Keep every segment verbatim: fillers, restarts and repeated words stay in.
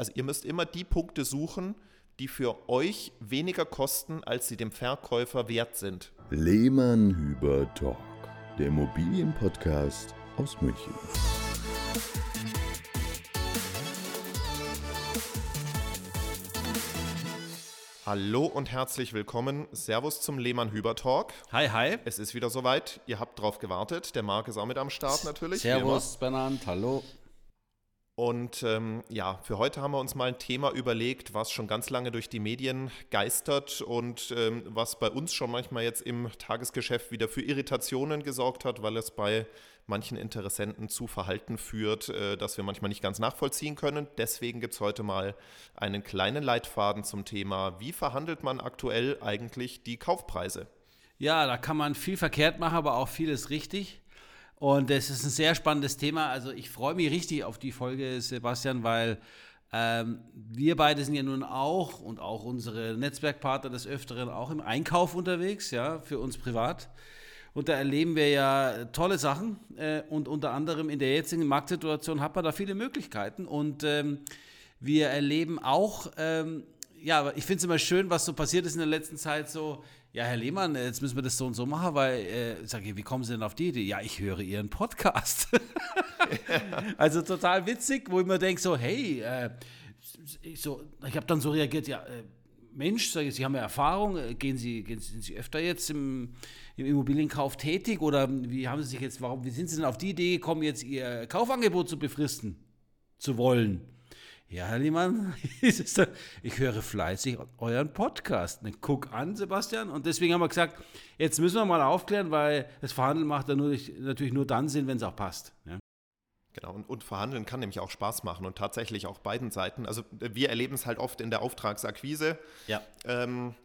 Also ihr müsst immer die Punkte suchen, die für euch weniger kosten, als sie dem Verkäufer wert sind. Lehmann-Hüber Talk, der Immobilienpodcast aus München. Hallo und herzlich willkommen. Servus zum Lehmann-Hüber Talk. Hi, hi. Es ist wieder soweit. Ihr habt drauf gewartet. Der Marc ist auch mit am Start natürlich. Servus, Bernhard. Hallo. Und ähm, ja, für heute haben wir uns mal ein Thema überlegt, was schon ganz lange durch die Medien geistert und ähm, was bei uns schon manchmal jetzt im Tagesgeschäft wieder für Irritationen gesorgt hat, weil es bei manchen Interessenten zu Verhalten führt, äh, das wir manchmal nicht ganz nachvollziehen können. Deswegen gibt es heute mal einen kleinen Leitfaden zum Thema, wie verhandelt man aktuell eigentlich die Kaufpreise? Ja, da kann man viel verkehrt machen, aber auch vieles richtig. Und das ist ein sehr spannendes Thema. Also ich freue mich richtig auf die Folge, Sebastian, weil ähm, wir beide sind ja nun auch und auch unsere Netzwerkpartner des Öfteren auch im Einkauf unterwegs, ja, für uns privat. Und da erleben wir ja tolle Sachen äh, und unter anderem in der jetzigen Marktsituation hat man da viele Möglichkeiten. Und ähm, wir erleben auch, ähm, ja, ich finde es immer schön, was so passiert ist in der letzten Zeit so. Ja, Herr Lehmann, jetzt müssen wir das so und so machen, weil, äh, sage ich, wie kommen Sie denn auf die Idee? Ja, ich höre Ihren Podcast. Also total witzig, wo ich mir denke so, hey, äh, ich, so, ich habe dann so reagiert, ja, äh, Mensch, sage ich, Sie haben ja Erfahrung, äh, gehen Sie, gehen, sind Sie öfter jetzt im, im Immobilienkauf tätig oder wie haben Sie sich jetzt, warum, wie sind Sie denn auf die Idee gekommen, jetzt Ihr Kaufangebot zu befristen zu wollen? Ja, Herr Lehmann, ich höre fleißig euren Podcast. Guck an, Sebastian. Und deswegen haben wir gesagt, jetzt müssen wir mal aufklären, weil das Verhandeln macht dann nur, natürlich nur dann Sinn, wenn es auch passt. Ja? Genau, und, und Verhandeln kann nämlich auch Spaß machen und tatsächlich auch beiden Seiten. Also wir erleben es halt oft in der Auftragsakquise. Ja. Ähm,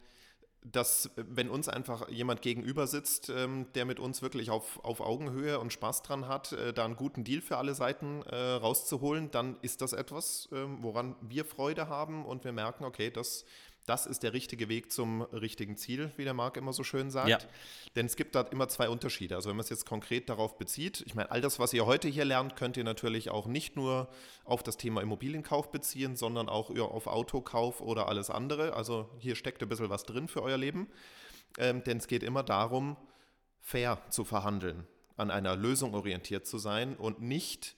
dass, wenn uns einfach jemand gegenüber sitzt, ähm, der mit uns wirklich auf, auf Augenhöhe und Spaß dran hat, äh, da einen guten Deal für alle Seiten äh, rauszuholen, dann ist das etwas, ähm, woran wir Freude haben und wir merken, okay, das, das ist der richtige Weg zum richtigen Ziel, wie der Marc immer so schön sagt. Ja. Denn es gibt da immer zwei Unterschiede. Also wenn man es jetzt konkret darauf bezieht, ich meine, all das, was ihr heute hier lernt, könnt ihr natürlich auch nicht nur auf das Thema Immobilienkauf beziehen, sondern auch auf Autokauf oder alles andere. Also hier steckt ein bisschen was drin für euer Leben. Ähm, denn es geht immer darum, fair zu verhandeln, an einer Lösung orientiert zu sein und nicht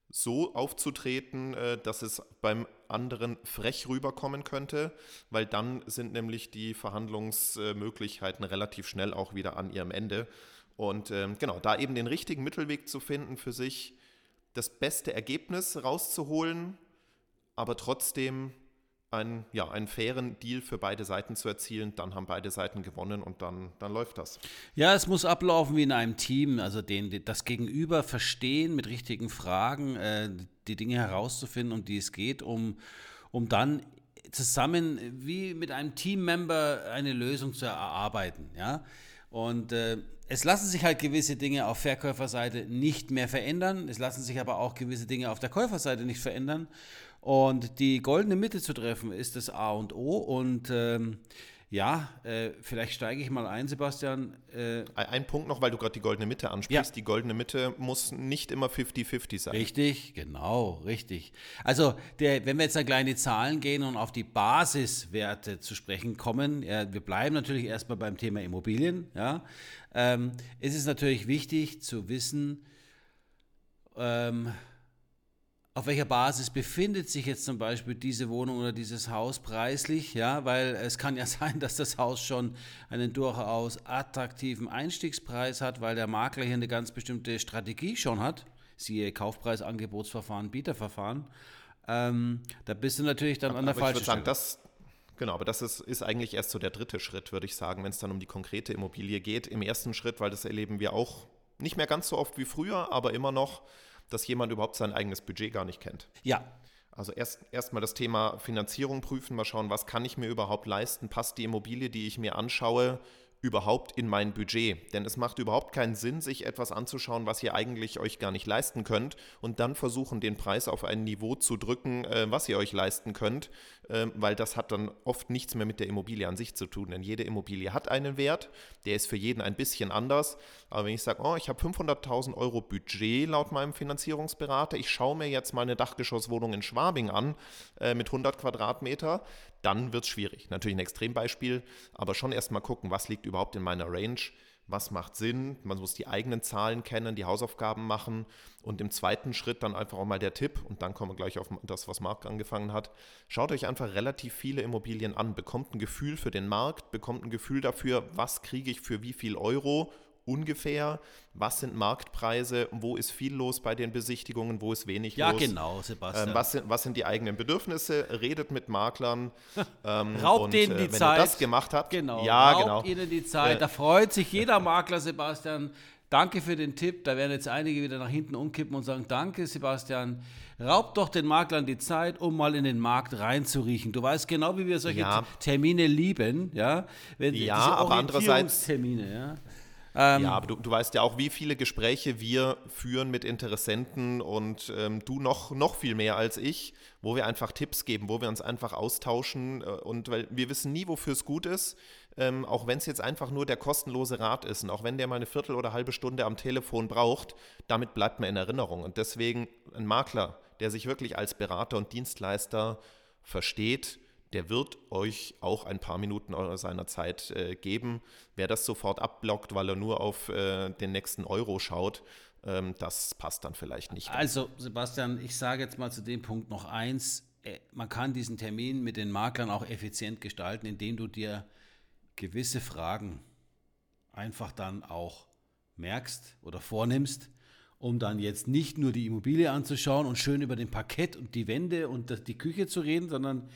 so aufzutreten, dass es beim anderen frech rüberkommen könnte, weil dann sind nämlich die Verhandlungsmöglichkeiten relativ schnell auch wieder an ihrem Ende. Und ähm, genau, da eben den richtigen Mittelweg zu finden, für sich das beste Ergebnis rauszuholen, aber trotzdem einen, ja, einen fairen Deal für beide Seiten zu erzielen, dann haben beide Seiten gewonnen und dann, dann läuft das. Ja, es muss ablaufen wie in einem Team, also den, das Gegenüber verstehen mit richtigen Fragen, äh, die Dinge herauszufinden, um die es geht, um, um dann zusammen wie mit einem Teammember eine Lösung zu erarbeiten, ja. Und äh, es lassen sich halt gewisse Dinge auf Verkäuferseite nicht mehr verändern, es lassen sich aber auch gewisse Dinge auf der Käuferseite nicht verändern. Und die goldene Mitte zu treffen, ist das A und O. Und ähm, ja, äh, vielleicht steige ich mal ein, Sebastian. Äh, ein Punkt noch, weil du gerade die goldene Mitte ansprichst. Ja. Die goldene Mitte muss nicht immer fünfzig fünfzig sein. Richtig, genau, richtig. Also der, wenn wir jetzt an kleine Zahlen gehen und auf die Basiswerte zu sprechen kommen, ja, wir bleiben natürlich erstmal beim Thema Immobilien. Ja, ähm, es ist natürlich wichtig zu wissen, ähm, auf welcher Basis befindet sich jetzt zum Beispiel diese Wohnung oder dieses Haus preislich, ja, weil es kann ja sein, dass das Haus schon einen durchaus attraktiven Einstiegspreis hat, weil der Makler hier eine ganz bestimmte Strategie schon hat, siehe Kaufpreis, Angebotsverfahren, Bieterverfahren, ähm, da bist du natürlich dann aber, an der aber falschen ich würde sagen, Stelle. das, genau, aber das ist, ist eigentlich erst so der dritte Schritt, würde ich sagen, wenn es dann um die konkrete Immobilie geht. Im ersten Schritt, weil das erleben wir auch nicht mehr ganz so oft wie früher, aber immer noch, dass jemand überhaupt sein eigenes Budget gar nicht kennt. Ja. Also erst erstmal das Thema Finanzierung prüfen, mal schauen, was kann ich mir überhaupt leisten, passt die Immobilie, die ich mir anschaue, überhaupt in mein Budget? Denn es macht überhaupt keinen Sinn, sich etwas anzuschauen, was ihr eigentlich euch gar nicht leisten könnt und dann versuchen, den Preis auf ein Niveau zu drücken, was ihr euch leisten könnt, ähm, weil das hat dann oft nichts mehr mit der Immobilie an sich zu tun, denn jede Immobilie hat einen Wert, der ist für jeden ein bisschen anders, aber wenn ich sage, oh, ich habe fünfhunderttausend Euro Budget laut meinem Finanzierungsberater, ich schaue mir jetzt mal eine Dachgeschosswohnung in Schwabing an äh, mit hundert Quadratmeter, dann wird es schwierig. Natürlich ein Extrembeispiel, aber schon erstmal gucken, was liegt überhaupt in meiner Range, was macht Sinn, man muss die eigenen Zahlen kennen, die Hausaufgaben machen und im zweiten Schritt dann einfach auch mal der Tipp und dann kommen wir gleich auf das, was Marc angefangen hat. Schaut euch einfach relativ viele Immobilien an, bekommt ein Gefühl für den Markt, bekommt ein Gefühl dafür, was kriege ich für wie viel Euro ungefähr, was sind Marktpreise, wo ist viel los bei den Besichtigungen, wo ist wenig ja, los. Ja, genau, Sebastian. Ähm, was, sind, was sind die eigenen Bedürfnisse, redet mit Maklern. Ähm, Raubt und, denen die äh, wenn Zeit. ihr das gemacht habt, genau, ja, raubt genau. ihnen die Zeit, Äh, da freut sich jeder Makler, Sebastian. Danke für den Tipp, da werden jetzt einige wieder nach hinten umkippen und sagen, danke Sebastian, raubt doch den Maklern die Zeit, um mal in den Markt reinzuriechen. Du weißt genau, wie wir solche Ja. Termine lieben, ja, Wenn, Ja, diese aber andererseits- Orientierungstermine, ja. Ähm, Ja, aber du, du weißt ja auch, wie viele Gespräche wir führen mit Interessenten und ähm, du noch, noch viel mehr als ich, wo wir einfach Tipps geben, wo wir uns einfach austauschen äh, und weil wir wissen nie, wofür es gut ist, ähm, auch wenn es jetzt einfach nur der kostenlose Rat ist und auch wenn der mal eine Viertel oder halbe Stunde am Telefon braucht, damit bleibt man in Erinnerung und deswegen ein Makler, der sich wirklich als Berater und Dienstleister versteht, der wird euch auch ein paar Minuten seiner Zeit äh, geben. Wer das sofort abblockt, weil er nur auf äh, den nächsten Euro schaut, ähm, das passt dann vielleicht nicht. Also, Sebastian, ich sage jetzt mal zu dem Punkt noch eins. Man kann diesen Termin mit den Maklern auch effizient gestalten, indem du dir gewisse Fragen einfach dann auch merkst oder vornimmst, um dann jetzt nicht nur die Immobilie anzuschauen und schön über den Parkett und die Wände und die Küche zu reden, sondern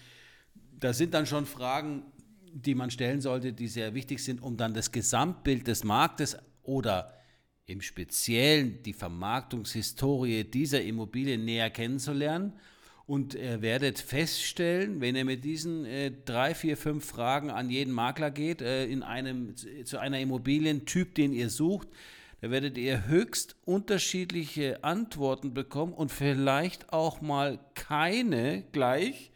da sind dann schon Fragen, die man stellen sollte, die sehr wichtig sind, um dann das Gesamtbild des Marktes oder im Speziellen die Vermarktungshistorie dieser Immobilie näher kennenzulernen. Und ihr werdet feststellen, wenn ihr mit diesen äh, drei, vier, fünf Fragen an jeden Makler geht, äh, in einem, zu einer Immobilientyp, den ihr sucht, da werdet ihr höchst unterschiedliche Antworten bekommen und vielleicht auch mal keine gleich.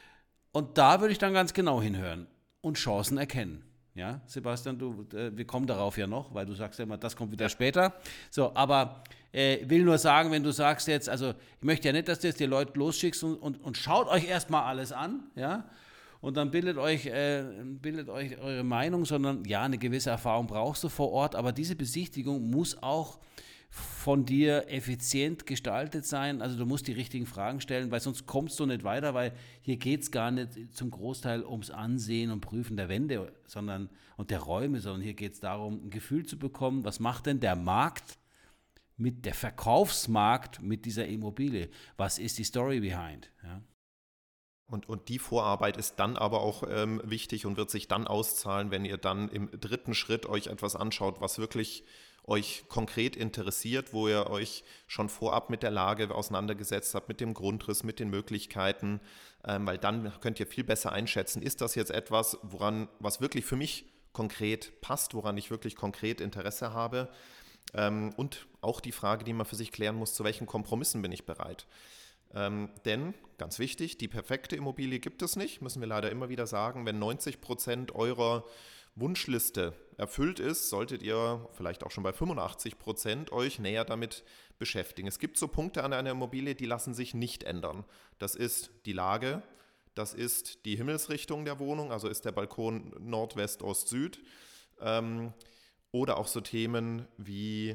Und da würde ich dann ganz genau hinhören und Chancen erkennen. Ja, Sebastian, du, äh, wir kommen darauf ja noch, weil du sagst ja immer, das kommt wieder ja. später. So, aber äh, will nur sagen, wenn du sagst jetzt, also ich möchte ja nicht, dass du jetzt die Leute losschickst und, und, und schaut euch erstmal alles an, ja, und dann bildet euch, äh, bildet euch eure Meinung, sondern ja, eine gewisse Erfahrung brauchst du vor Ort, aber diese Besichtigung muss auch von dir effizient gestaltet sein. Also du musst die richtigen Fragen stellen, weil sonst kommst du nicht weiter, weil hier geht es gar nicht zum Großteil ums Ansehen und Prüfen der Wände sondern, und der Räume, sondern hier geht es darum, ein Gefühl zu bekommen, was macht denn der Markt mit der Verkaufsmarkt mit dieser Immobilie? Was ist die Story behind? Ja. Und, und die Vorarbeit ist dann aber auch ähm, wichtig und wird sich dann auszahlen, wenn ihr dann im dritten Schritt euch etwas anschaut, was wirklich euch konkret interessiert, wo ihr euch schon vorab mit der Lage auseinandergesetzt habt, mit dem Grundriss, mit den Möglichkeiten, ähm, weil dann könnt ihr viel besser einschätzen, ist das jetzt etwas, woran, was wirklich für mich konkret passt, woran ich wirklich konkret Interesse habe, ähm, und auch die Frage, die man für sich klären muss, zu welchen Kompromissen bin ich bereit. Ähm, denn, ganz wichtig, die perfekte Immobilie gibt es nicht, müssen wir leider immer wieder sagen, wenn neunzig Prozent eurer Wunschliste erfüllt ist, solltet ihr vielleicht auch schon bei fünfundachtzig Prozent euch näher damit beschäftigen. Es gibt so Punkte an einer Immobilie, die lassen sich nicht ändern. Das ist die Lage, das ist die Himmelsrichtung der Wohnung, also ist der Balkon Nordwest, Ost, Süd, ähm, oder auch so Themen wie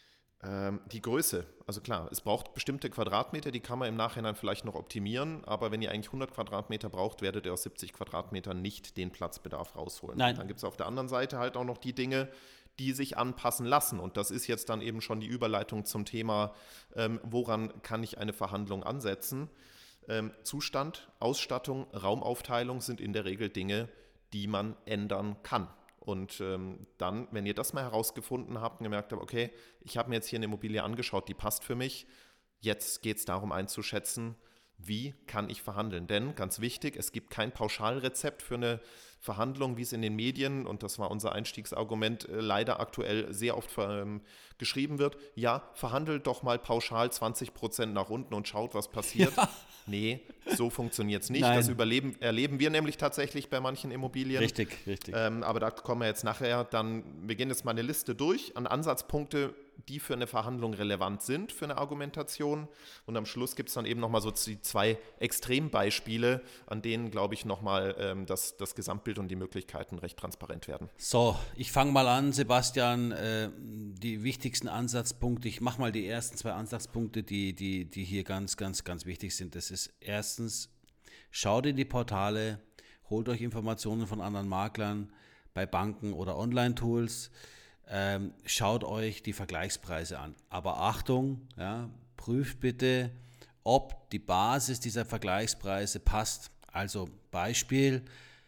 ähm, die Größe. Also klar, es braucht bestimmte Quadratmeter, die kann man im Nachhinein vielleicht noch optimieren, aber wenn ihr eigentlich hundert Quadratmeter braucht, werdet ihr aus siebzig Quadratmetern nicht den Platzbedarf rausholen. Nein. Dann gibt es auf der anderen Seite halt auch noch die Dinge, die sich anpassen lassen. Und das ist jetzt dann eben schon die Überleitung zum Thema, ähm, woran kann ich eine Verhandlung ansetzen? Ähm, Zustand, Ausstattung, Raumaufteilung sind in der Regel Dinge, die man ändern kann. Und ähm, dann, wenn ihr das mal herausgefunden habt und gemerkt habt, okay, ich habe mir jetzt hier eine Immobilie angeschaut, die passt für mich, jetzt geht es darum einzuschätzen, wie kann ich verhandeln? Denn, ganz wichtig, es gibt kein Pauschalrezept für eine Verhandlung, wie es in den Medien, und das war unser Einstiegsargument, äh, leider aktuell sehr oft ähm, geschrieben wird. Ja, verhandelt doch mal pauschal zwanzig Prozent nach unten und schaut, was passiert. Ja. Nee, so funktioniert es nicht. Nein. Das überleben, erleben wir nämlich tatsächlich bei manchen Immobilien. Richtig, richtig. Ähm, aber da kommen wir jetzt nachher, dann, wir gehen jetzt mal eine Liste durch an Ansatzpunkte, die für eine Verhandlung relevant sind, für eine Argumentation. Und am Schluss gibt es dann eben nochmal so die zwei Extrembeispiele, an denen, glaube ich, nochmal ähm, das, das Gesamtbild und die Möglichkeiten recht transparent werden. So, ich fange mal an, Sebastian, äh, die wichtigsten Ansatzpunkte. Ich mache mal die ersten zwei Ansatzpunkte, die, die, die hier ganz, ganz, ganz wichtig sind. Das ist erstens, schaut in die Portale, holt euch Informationen von anderen Maklern, bei Banken oder Online-Tools. Ähm, schaut euch die Vergleichspreise an. Aber Achtung, ja, prüft bitte, ob die Basis dieser Vergleichspreise passt. Also Beispiel,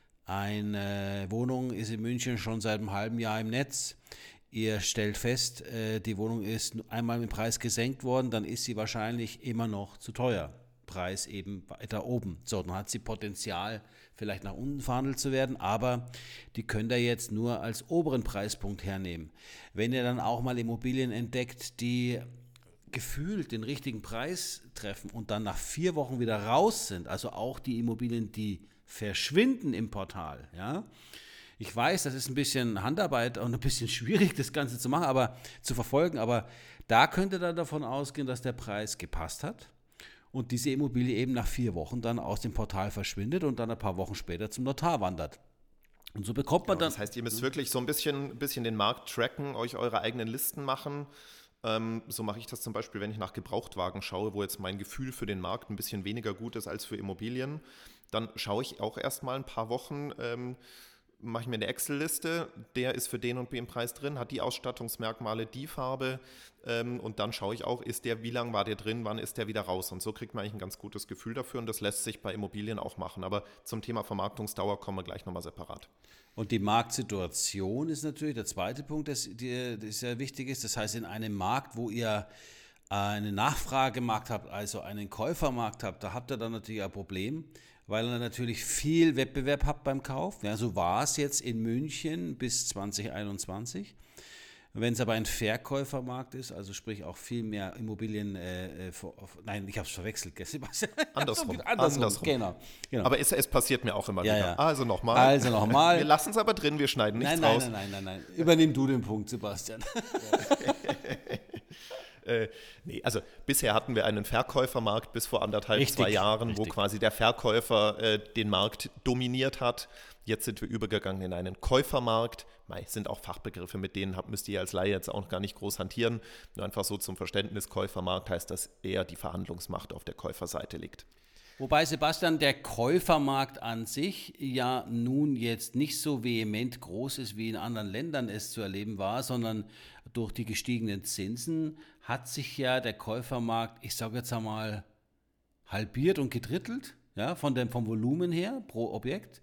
eine Wohnung ist in München schon seit einem halben Jahr im Netz. Ihr stellt fest, äh, die Wohnung ist einmal im Preis gesenkt worden, dann ist sie wahrscheinlich immer noch zu teuer. Preis eben weiter oben. So, dann hat sie Potenzial, vielleicht nach unten verhandelt zu werden, aber die könnt ihr jetzt nur als oberen Preispunkt hernehmen. Wenn ihr dann auch mal Immobilien entdeckt, die gefühlt den richtigen Preis treffen und dann nach vier Wochen wieder raus sind, also auch die Immobilien, die verschwinden im Portal, ja. Ich weiß, das ist ein bisschen Handarbeit und ein bisschen schwierig, das Ganze zu machen, aber zu verfolgen, aber da könnt ihr dann davon ausgehen, dass der Preis gepasst hat. Und diese Immobilie eben nach vier Wochen dann aus dem Portal verschwindet und dann ein paar Wochen später zum Notar wandert. Und so bekommt man genau, dann... Das heißt, ihr müsst wirklich so ein bisschen, bisschen den Markt tracken, euch eure eigenen Listen machen. Ähm, so mache ich das zum Beispiel, wenn ich nach Gebrauchtwagen schaue, wo jetzt mein Gefühl für den Markt ein bisschen weniger gut ist als für Immobilien. Dann schaue ich auch erstmal ein paar Wochen... Ähm, mache ich mir eine Excel-Liste, der ist für den und den Preis drin, hat die Ausstattungsmerkmale, die Farbe ähm, und dann schaue ich auch, ist der, wie lange war der drin, wann ist der wieder raus und so kriegt man eigentlich ein ganz gutes Gefühl dafür und das lässt sich bei Immobilien auch machen, aber zum Thema Vermarktungsdauer kommen wir gleich nochmal separat. Und die Marktsituation ist natürlich der zweite Punkt, der sehr wichtig ist, das heißt in einem Markt, wo ihr einen Nachfragemarkt habt, also einen Käufermarkt habt, da habt ihr dann natürlich ein Problem, weil ihr natürlich viel Wettbewerb habt beim Kauf. Ja, so war es jetzt in München bis zwanzig einundzwanzig. Wenn es aber ein Verkäufermarkt ist, also sprich auch viel mehr Immobilien, äh, vor, nein, ich habe es verwechselt, Sebastian. Andersrum. Andersrum, Andersrum. Genau, genau. Aber es, es passiert mir auch immer ja, wieder. Ja. Also nochmal. Also nochmal. Wir lassen es aber drin, wir schneiden nichts nein, nein, raus. Nein, nein, nein, nein, nein. Übernimm du den Punkt, Sebastian. Äh, nee, also bisher hatten wir einen Verkäufermarkt bis vor anderthalb, richtig, zwei Jahren, richtig. Wo quasi der Verkäufer äh, den Markt dominiert hat. Jetzt sind wir übergegangen in einen Käufermarkt. Mei, sind auch Fachbegriffe, mit denen habt, müsst ihr als Laie jetzt auch gar nicht groß hantieren. Nur einfach so zum Verständnis, Käufermarkt heißt, dass eher die Verhandlungsmacht auf der Käuferseite liegt. Wobei, Sebastian, der Käufermarkt an sich ja nun jetzt nicht so vehement groß ist, wie in anderen Ländern es zu erleben war, sondern durch die gestiegenen Zinsen hat sich ja der Käufermarkt, ich sage jetzt einmal, halbiert und gedrittelt, ja, von dem, vom Volumen her pro Objekt.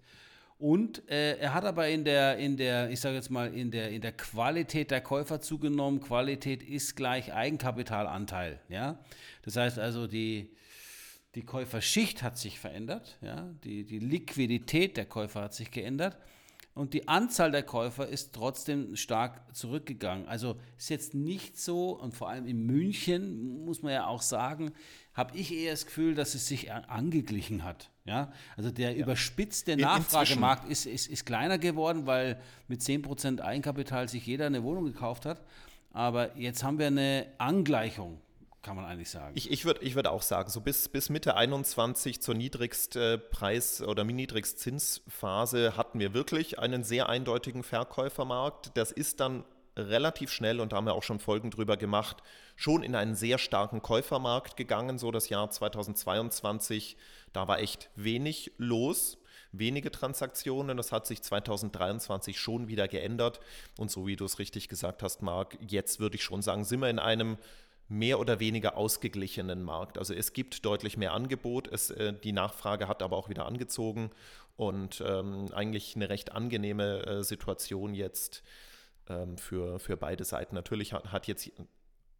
Und äh, er hat aber in der, in der, ich sage jetzt mal, in der, in der Qualität der Käufer zugenommen. Qualität ist gleich Eigenkapitalanteil, ja. Das heißt also, die Die Käuferschicht hat sich verändert, ja? die, die Liquidität der Käufer hat sich geändert und die Anzahl der Käufer ist trotzdem stark zurückgegangen. Also ist jetzt nicht so, und vor allem in München, muss man ja auch sagen, habe ich eher das Gefühl, dass es sich angeglichen hat. Ja? Also der ja. überspitzte Nachfragemarkt ist, ist, ist kleiner geworden, weil mit zehn Prozent Eigenkapital sich jeder eine Wohnung gekauft hat. Aber jetzt haben wir eine Angleichung, kann man eigentlich sagen. Ich, ich würde ich würd auch sagen, so bis, bis Mitte einundzwanzig zur Niedrigstpreis- oder Niedrigstzinsphase hatten wir wirklich einen sehr eindeutigen Verkäufermarkt. Das ist dann relativ schnell, und da haben wir auch schon Folgen drüber gemacht, schon in einen sehr starken Käufermarkt gegangen. So das Jahr zweitausendzweiundzwanzig, da war echt wenig los. Wenige Transaktionen, das hat sich zweitausenddreiundzwanzig schon wieder geändert. Und so wie du es richtig gesagt hast, Marc, jetzt würde ich schon sagen, sind wir in einem mehr oder weniger ausgeglichenen Markt. Also es gibt deutlich mehr Angebot, es, äh, die Nachfrage hat aber auch wieder angezogen und ähm, eigentlich eine recht angenehme äh, Situation jetzt ähm, für, für beide Seiten. Natürlich hat, hat jetzt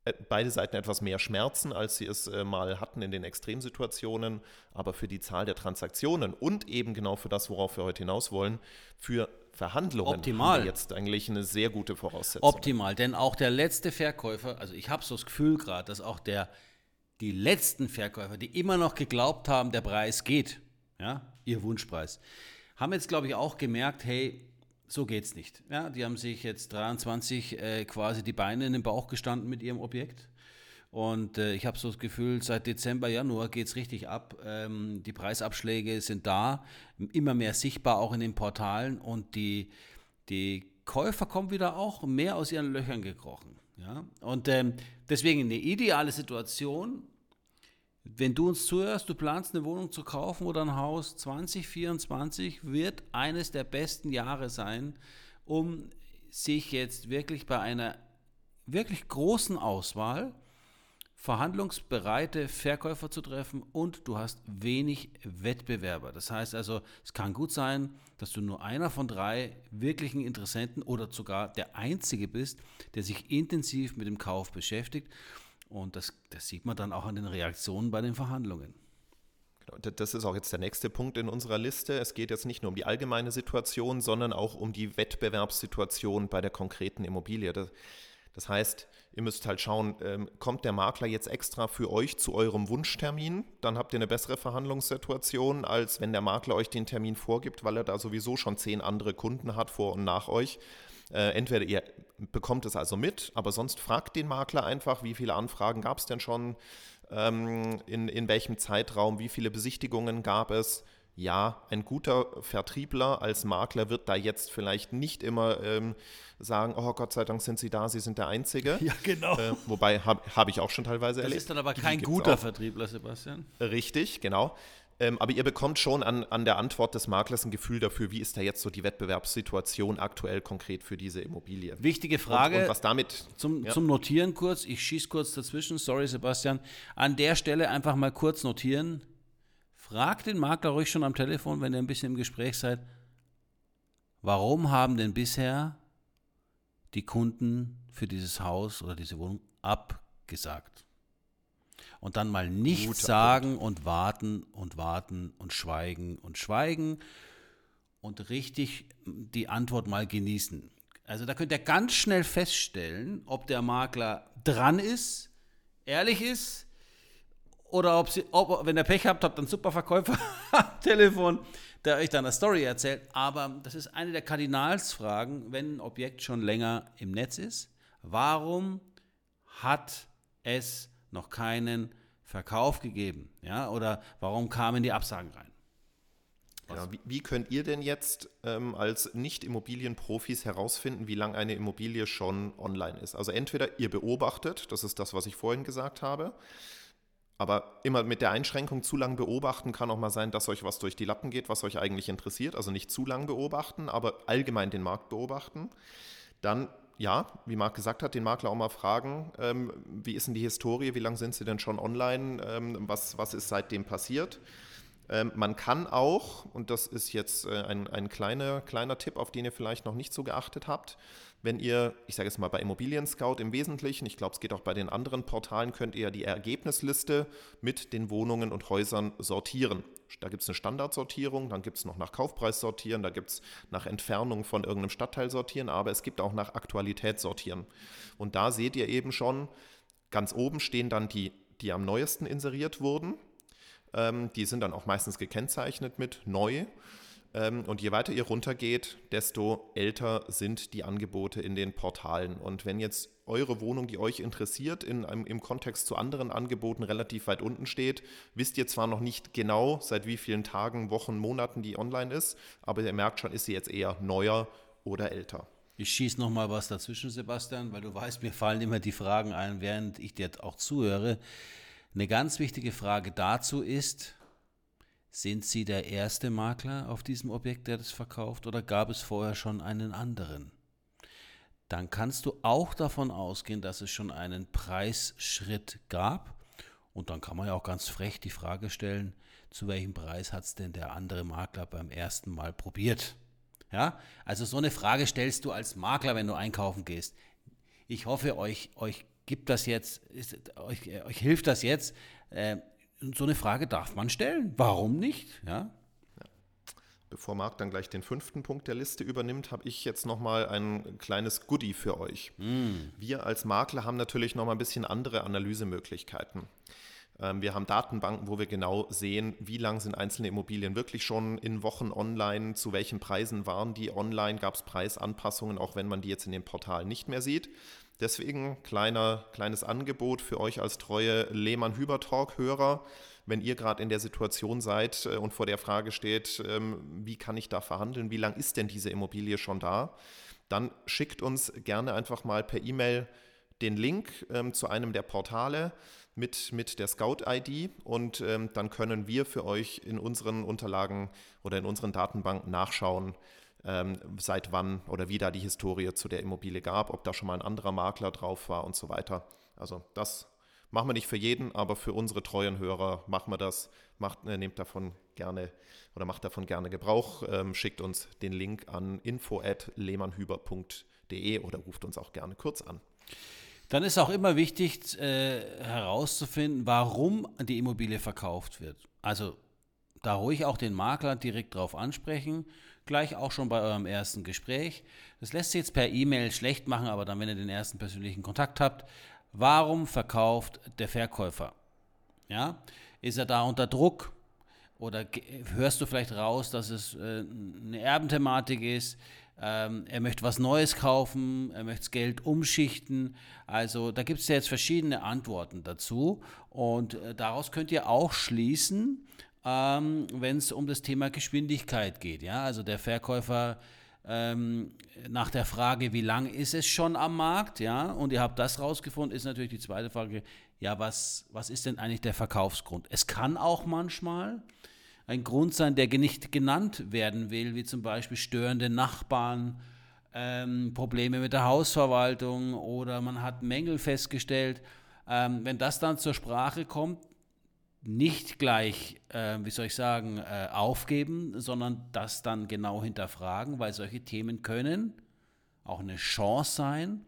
beide Seiten etwas mehr schmerzen, als sie es äh, mal hatten in den Extremsituationen, aber für die Zahl der Transaktionen und eben genau für das, worauf wir heute hinaus wollen, für Verhandlungen Optimal. haben wir jetzt eigentlich eine sehr gute Voraussetzung. Optimal, denn auch der letzte Verkäufer, also ich habe so das Gefühl gerade, dass auch der, die letzten Verkäufer, die immer noch geglaubt haben, der Preis geht, ja, ihr Wunschpreis, haben jetzt, glaube ich, auch gemerkt, hey, so geht's nicht. Ja, die haben sich jetzt dreiundzwanzig äh, quasi die Beine in den Bauch gestanden mit ihrem Objekt. Und äh, ich habe so das Gefühl, seit Dezember, Januar geht es richtig ab. Ähm, die Preisabschläge sind da, immer mehr sichtbar auch in den Portalen. Und die, die Käufer kommen wieder auch mehr aus ihren Löchern gekrochen. Ja? Und ähm, deswegen eine ideale Situation, wenn du uns zuhörst, du planst eine Wohnung zu kaufen oder ein Haus, zwanzig vierundzwanzig wird eines der besten Jahre sein, um sich jetzt wirklich bei einer wirklich großen Auswahl verhandlungsbereite Verkäufer zu treffen und du hast wenig Wettbewerber. Das heißt also, es kann gut sein, dass du nur einer von drei wirklichen Interessenten oder sogar der einzige bist, der sich intensiv mit dem Kauf beschäftigt. Und das, das sieht man dann auch an den Reaktionen bei den Verhandlungen. Das ist auch jetzt der nächste Punkt in unserer Liste. Es geht jetzt nicht nur um die allgemeine Situation, sondern auch um die Wettbewerbssituation bei der konkreten Immobilie. Das, das heißt, ihr müsst halt schauen, ähm, kommt der Makler jetzt extra für euch zu eurem Wunschtermin? Dann habt ihr eine bessere Verhandlungssituation, als wenn der Makler euch den Termin vorgibt, weil er da sowieso schon zehn andere Kunden hat vor und nach euch. Äh, entweder ihr bekommt es also mit, aber sonst fragt den Makler einfach, wie viele Anfragen gab es denn schon, ähm, in, in welchem Zeitraum, wie viele Besichtigungen gab es. Ja, ein guter Vertriebler als Makler wird da jetzt vielleicht nicht immer ähm, sagen, oh Gott sei Dank sind Sie da, Sie sind der Einzige. Ja, genau. Äh, wobei, habe hab ich auch schon teilweise Das erlebt. ist dann aber Die kein gibt's guter auch. Vertriebler, Sebastian. Richtig, genau. Ähm, aber ihr bekommt schon an, an der Antwort des Maklers ein Gefühl dafür, wie ist da jetzt so die Wettbewerbssituation aktuell konkret für diese Immobilie. Wichtige Frage Und, und was damit, zum, ja. zum Notieren kurz, ich schieße kurz dazwischen, sorry Sebastian, an der Stelle einfach mal kurz notieren. Fragt den Makler ruhig schon am Telefon, wenn ihr ein bisschen im Gespräch seid, warum haben denn bisher die Kunden für dieses Haus oder diese Wohnung abgesagt? Und dann mal nichts Guter sagen und warten und warten und schweigen und schweigen und richtig die Antwort mal genießen. Also da könnt ihr ganz schnell feststellen, ob der Makler dran ist, ehrlich ist, oder ob sie, ob, wenn ihr Pech habt, habt ihr einen super Verkäufer am Telefon, der euch dann eine Story erzählt. Aber das ist eine der Kardinalsfragen, wenn ein Objekt schon länger im Netz ist. Warum hat es noch keinen Verkauf gegeben? Ja? Oder warum kamen die Absagen rein? Ja, wie, wie könnt ihr denn jetzt ähm, als Nicht-Immobilienprofis herausfinden, wie lange eine Immobilie schon online ist? Also entweder ihr beobachtet, das ist das, was ich vorhin gesagt habe, aber immer mit der Einschränkung, zu lang beobachten kann auch mal sein, dass euch was durch die Lappen geht, was euch eigentlich interessiert. Also nicht zu lang beobachten, aber allgemein den Markt beobachten. Dann, ja, wie Marc gesagt hat, den Makler auch mal fragen, ähm, wie ist denn die Historie, wie lange sind sie denn schon online, ähm, was, was ist seitdem passiert? Ähm, man kann auch, und das ist jetzt äh, ein, ein kleiner, kleiner Tipp, auf den ihr vielleicht noch nicht so geachtet habt, wenn ihr, ich sage jetzt mal bei Immobilien Scout im Wesentlichen, ich glaube es geht auch bei den anderen Portalen, könnt ihr die Ergebnisliste mit den Wohnungen und Häusern sortieren. Da gibt es eine Standardsortierung, dann gibt es noch nach Kaufpreis sortieren, da gibt es nach Entfernung von irgendeinem Stadtteil sortieren, aber es gibt auch nach Aktualität sortieren. Und da seht ihr eben schon, ganz oben stehen dann die, die am neuesten inseriert wurden. Ähm, die sind dann auch meistens gekennzeichnet mit neu. Ähm, und je weiter ihr runtergeht, desto älter sind die Angebote in den Portalen. Und wenn jetzt eure Wohnung, die euch interessiert, in, im, im Kontext zu anderen Angeboten relativ weit unten steht, wisst ihr zwar noch nicht genau, seit wie vielen Tagen, Wochen, Monaten die online ist, aber ihr merkt schon, ist sie jetzt eher neuer oder älter. Ich schieße noch mal was dazwischen, Sebastian, weil du weißt, mir fallen immer die Fragen ein, während ich dir auch zuhöre. Eine ganz wichtige Frage dazu ist, sind Sie der erste Makler auf diesem Objekt, der das verkauft, oder gab es vorher schon einen anderen? Dann kannst du auch davon ausgehen, dass es schon einen Preisschritt gab. Und dann kann man ja auch ganz frech die Frage stellen, zu welchem Preis hat es denn der andere Makler beim ersten Mal probiert? Ja, also so eine Frage stellst du als Makler, wenn du einkaufen gehst. Ich hoffe, euch, euch gibt das jetzt, ist, euch, euch hilft das jetzt? Äh, so eine Frage darf man stellen. Warum nicht? Ja. Bevor Marc dann gleich den fünften Punkt der Liste übernimmt, habe ich jetzt nochmal ein kleines Goodie für euch. Mm. Wir als Makler haben natürlich nochmal ein bisschen andere Analysemöglichkeiten. Ähm, wir haben Datenbanken, wo wir genau sehen, wie lang sind einzelne Immobilien wirklich schon in Wochen online, zu welchen Preisen waren die online, gab es Preisanpassungen, auch wenn man die jetzt in dem Portal nicht mehr sieht. Deswegen kleiner, kleines Angebot für euch als treue Lehmann-Hüber-Talk-Hörer. Wenn ihr gerade in der Situation seid und vor der Frage steht, wie kann ich da verhandeln, wie lang ist denn diese Immobilie schon da, dann schickt uns gerne einfach mal per E-Mail den Link ähm, zu einem der Portale mit, mit der Scout-I D und ähm, dann können wir für euch in unseren Unterlagen oder in unseren Datenbanken nachschauen, ähm, seit wann oder wie da die Historie zu der Immobilie gab, ob da schon mal ein anderer Makler drauf war und so weiter. Also das machen wir nicht für jeden, aber für unsere treuen Hörer machen wir das. Macht, äh, nehmt davon gerne oder macht davon gerne Gebrauch. Ähm, schickt uns den Link an info at lehmannhüber punkt de oder ruft uns auch gerne kurz an. Dann ist auch immer wichtig äh, herauszufinden, warum die Immobilie verkauft wird. Also da ruhig auch den Makler direkt drauf ansprechen, gleich auch schon bei eurem ersten Gespräch. Das lässt sich jetzt per E-Mail schlecht machen, aber dann, wenn ihr den ersten persönlichen Kontakt habt, warum verkauft der Verkäufer? Ja? Ist er da unter Druck? Oder hörst du vielleicht raus, dass es äh, eine Erbenthematik ist? Ähm, er möchte was Neues kaufen, er möchte das Geld umschichten. Also da gibt es ja jetzt verschiedene Antworten dazu. Und äh, daraus könnt ihr auch schließen, ähm, wenn es um das Thema Geschwindigkeit geht. Ja? Also der Verkäufer Ähm, nach der Frage, wie lang ist es schon am Markt, ja, und ihr habt das rausgefunden, ist natürlich die zweite Frage, ja, was, was ist denn eigentlich der Verkaufsgrund? Es kann auch manchmal ein Grund sein, der nicht genannt werden will, wie zum Beispiel störende Nachbarn, ähm, Probleme mit der Hausverwaltung oder man hat Mängel festgestellt. Ähm, wenn das dann zur Sprache kommt, nicht gleich, äh, wie soll ich sagen, äh, aufgeben, sondern das dann genau hinterfragen, weil solche Themen können auch eine Chance sein,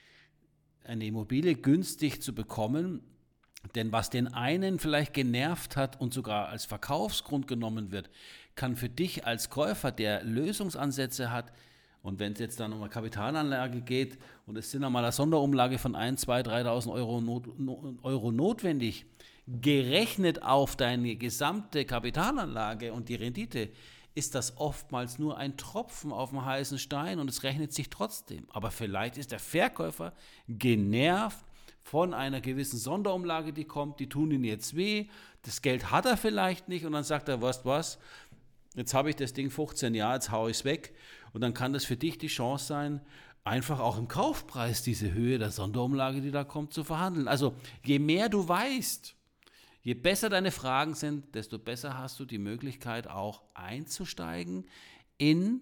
eine Immobilie günstig zu bekommen. Denn was den einen vielleicht genervt hat und sogar als Verkaufsgrund genommen wird, kann für dich als Käufer, der Lösungsansätze hat, und wenn es jetzt dann um eine Kapitalanlage geht und es sind einmal eine Sonderumlage von ein, zwei, dreitausend Euro, not, Euro notwendig, gerechnet auf deine gesamte Kapitalanlage und die Rendite, ist das oftmals nur ein Tropfen auf dem heißen Stein und es rechnet sich trotzdem. Aber vielleicht ist der Verkäufer genervt von einer gewissen Sonderumlage, die kommt, die tun ihm jetzt weh, das Geld hat er vielleicht nicht und dann sagt er, weißt du was, jetzt habe ich das Ding fünfzehn Jahre, jetzt haue ich es weg und dann kann das für dich die Chance sein, einfach auch im Kaufpreis diese Höhe der Sonderumlage, die da kommt, zu verhandeln. Also je mehr du weißt, je besser deine Fragen sind, desto besser hast du die Möglichkeit auch einzusteigen in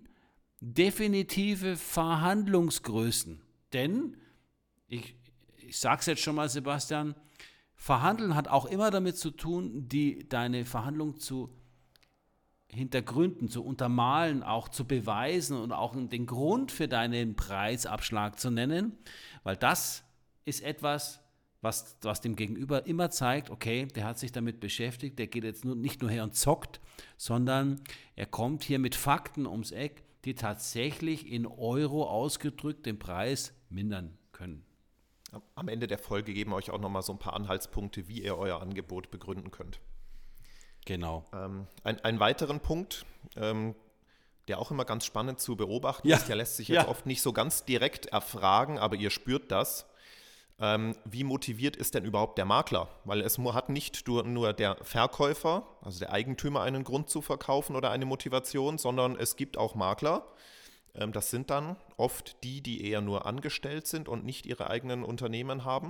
definitive Verhandlungsgrößen. Denn, ich, ich sage es jetzt schon mal, Sebastian, Verhandeln hat auch immer damit zu tun, die, deine Verhandlung zu hintergründen, zu untermalen, auch zu beweisen und auch den Grund für deinen Preisabschlag zu nennen, weil das ist etwas, Was, was dem Gegenüber immer zeigt, okay, der hat sich damit beschäftigt, der geht jetzt nur, nicht nur her und zockt, sondern er kommt hier mit Fakten ums Eck, die tatsächlich in Euro ausgedrückt den Preis mindern können. Am Ende der Folge geben wir euch auch nochmal so ein paar Anhaltspunkte, wie ihr euer Angebot begründen könnt. Genau. Ähm, ein, einen weiteren Punkt, ähm, der auch immer ganz spannend zu beobachten ja. ist, der lässt sich jetzt ja. oft nicht so ganz direkt erfragen, aber ihr spürt das. Ähm, wie motiviert ist denn überhaupt der Makler? Weil es hat nicht nur, nur der Verkäufer, also der Eigentümer, einen Grund zu verkaufen oder eine Motivation, sondern es gibt auch Makler. Ähm, das sind dann oft die, die eher nur angestellt sind und nicht ihre eigenen Unternehmen haben.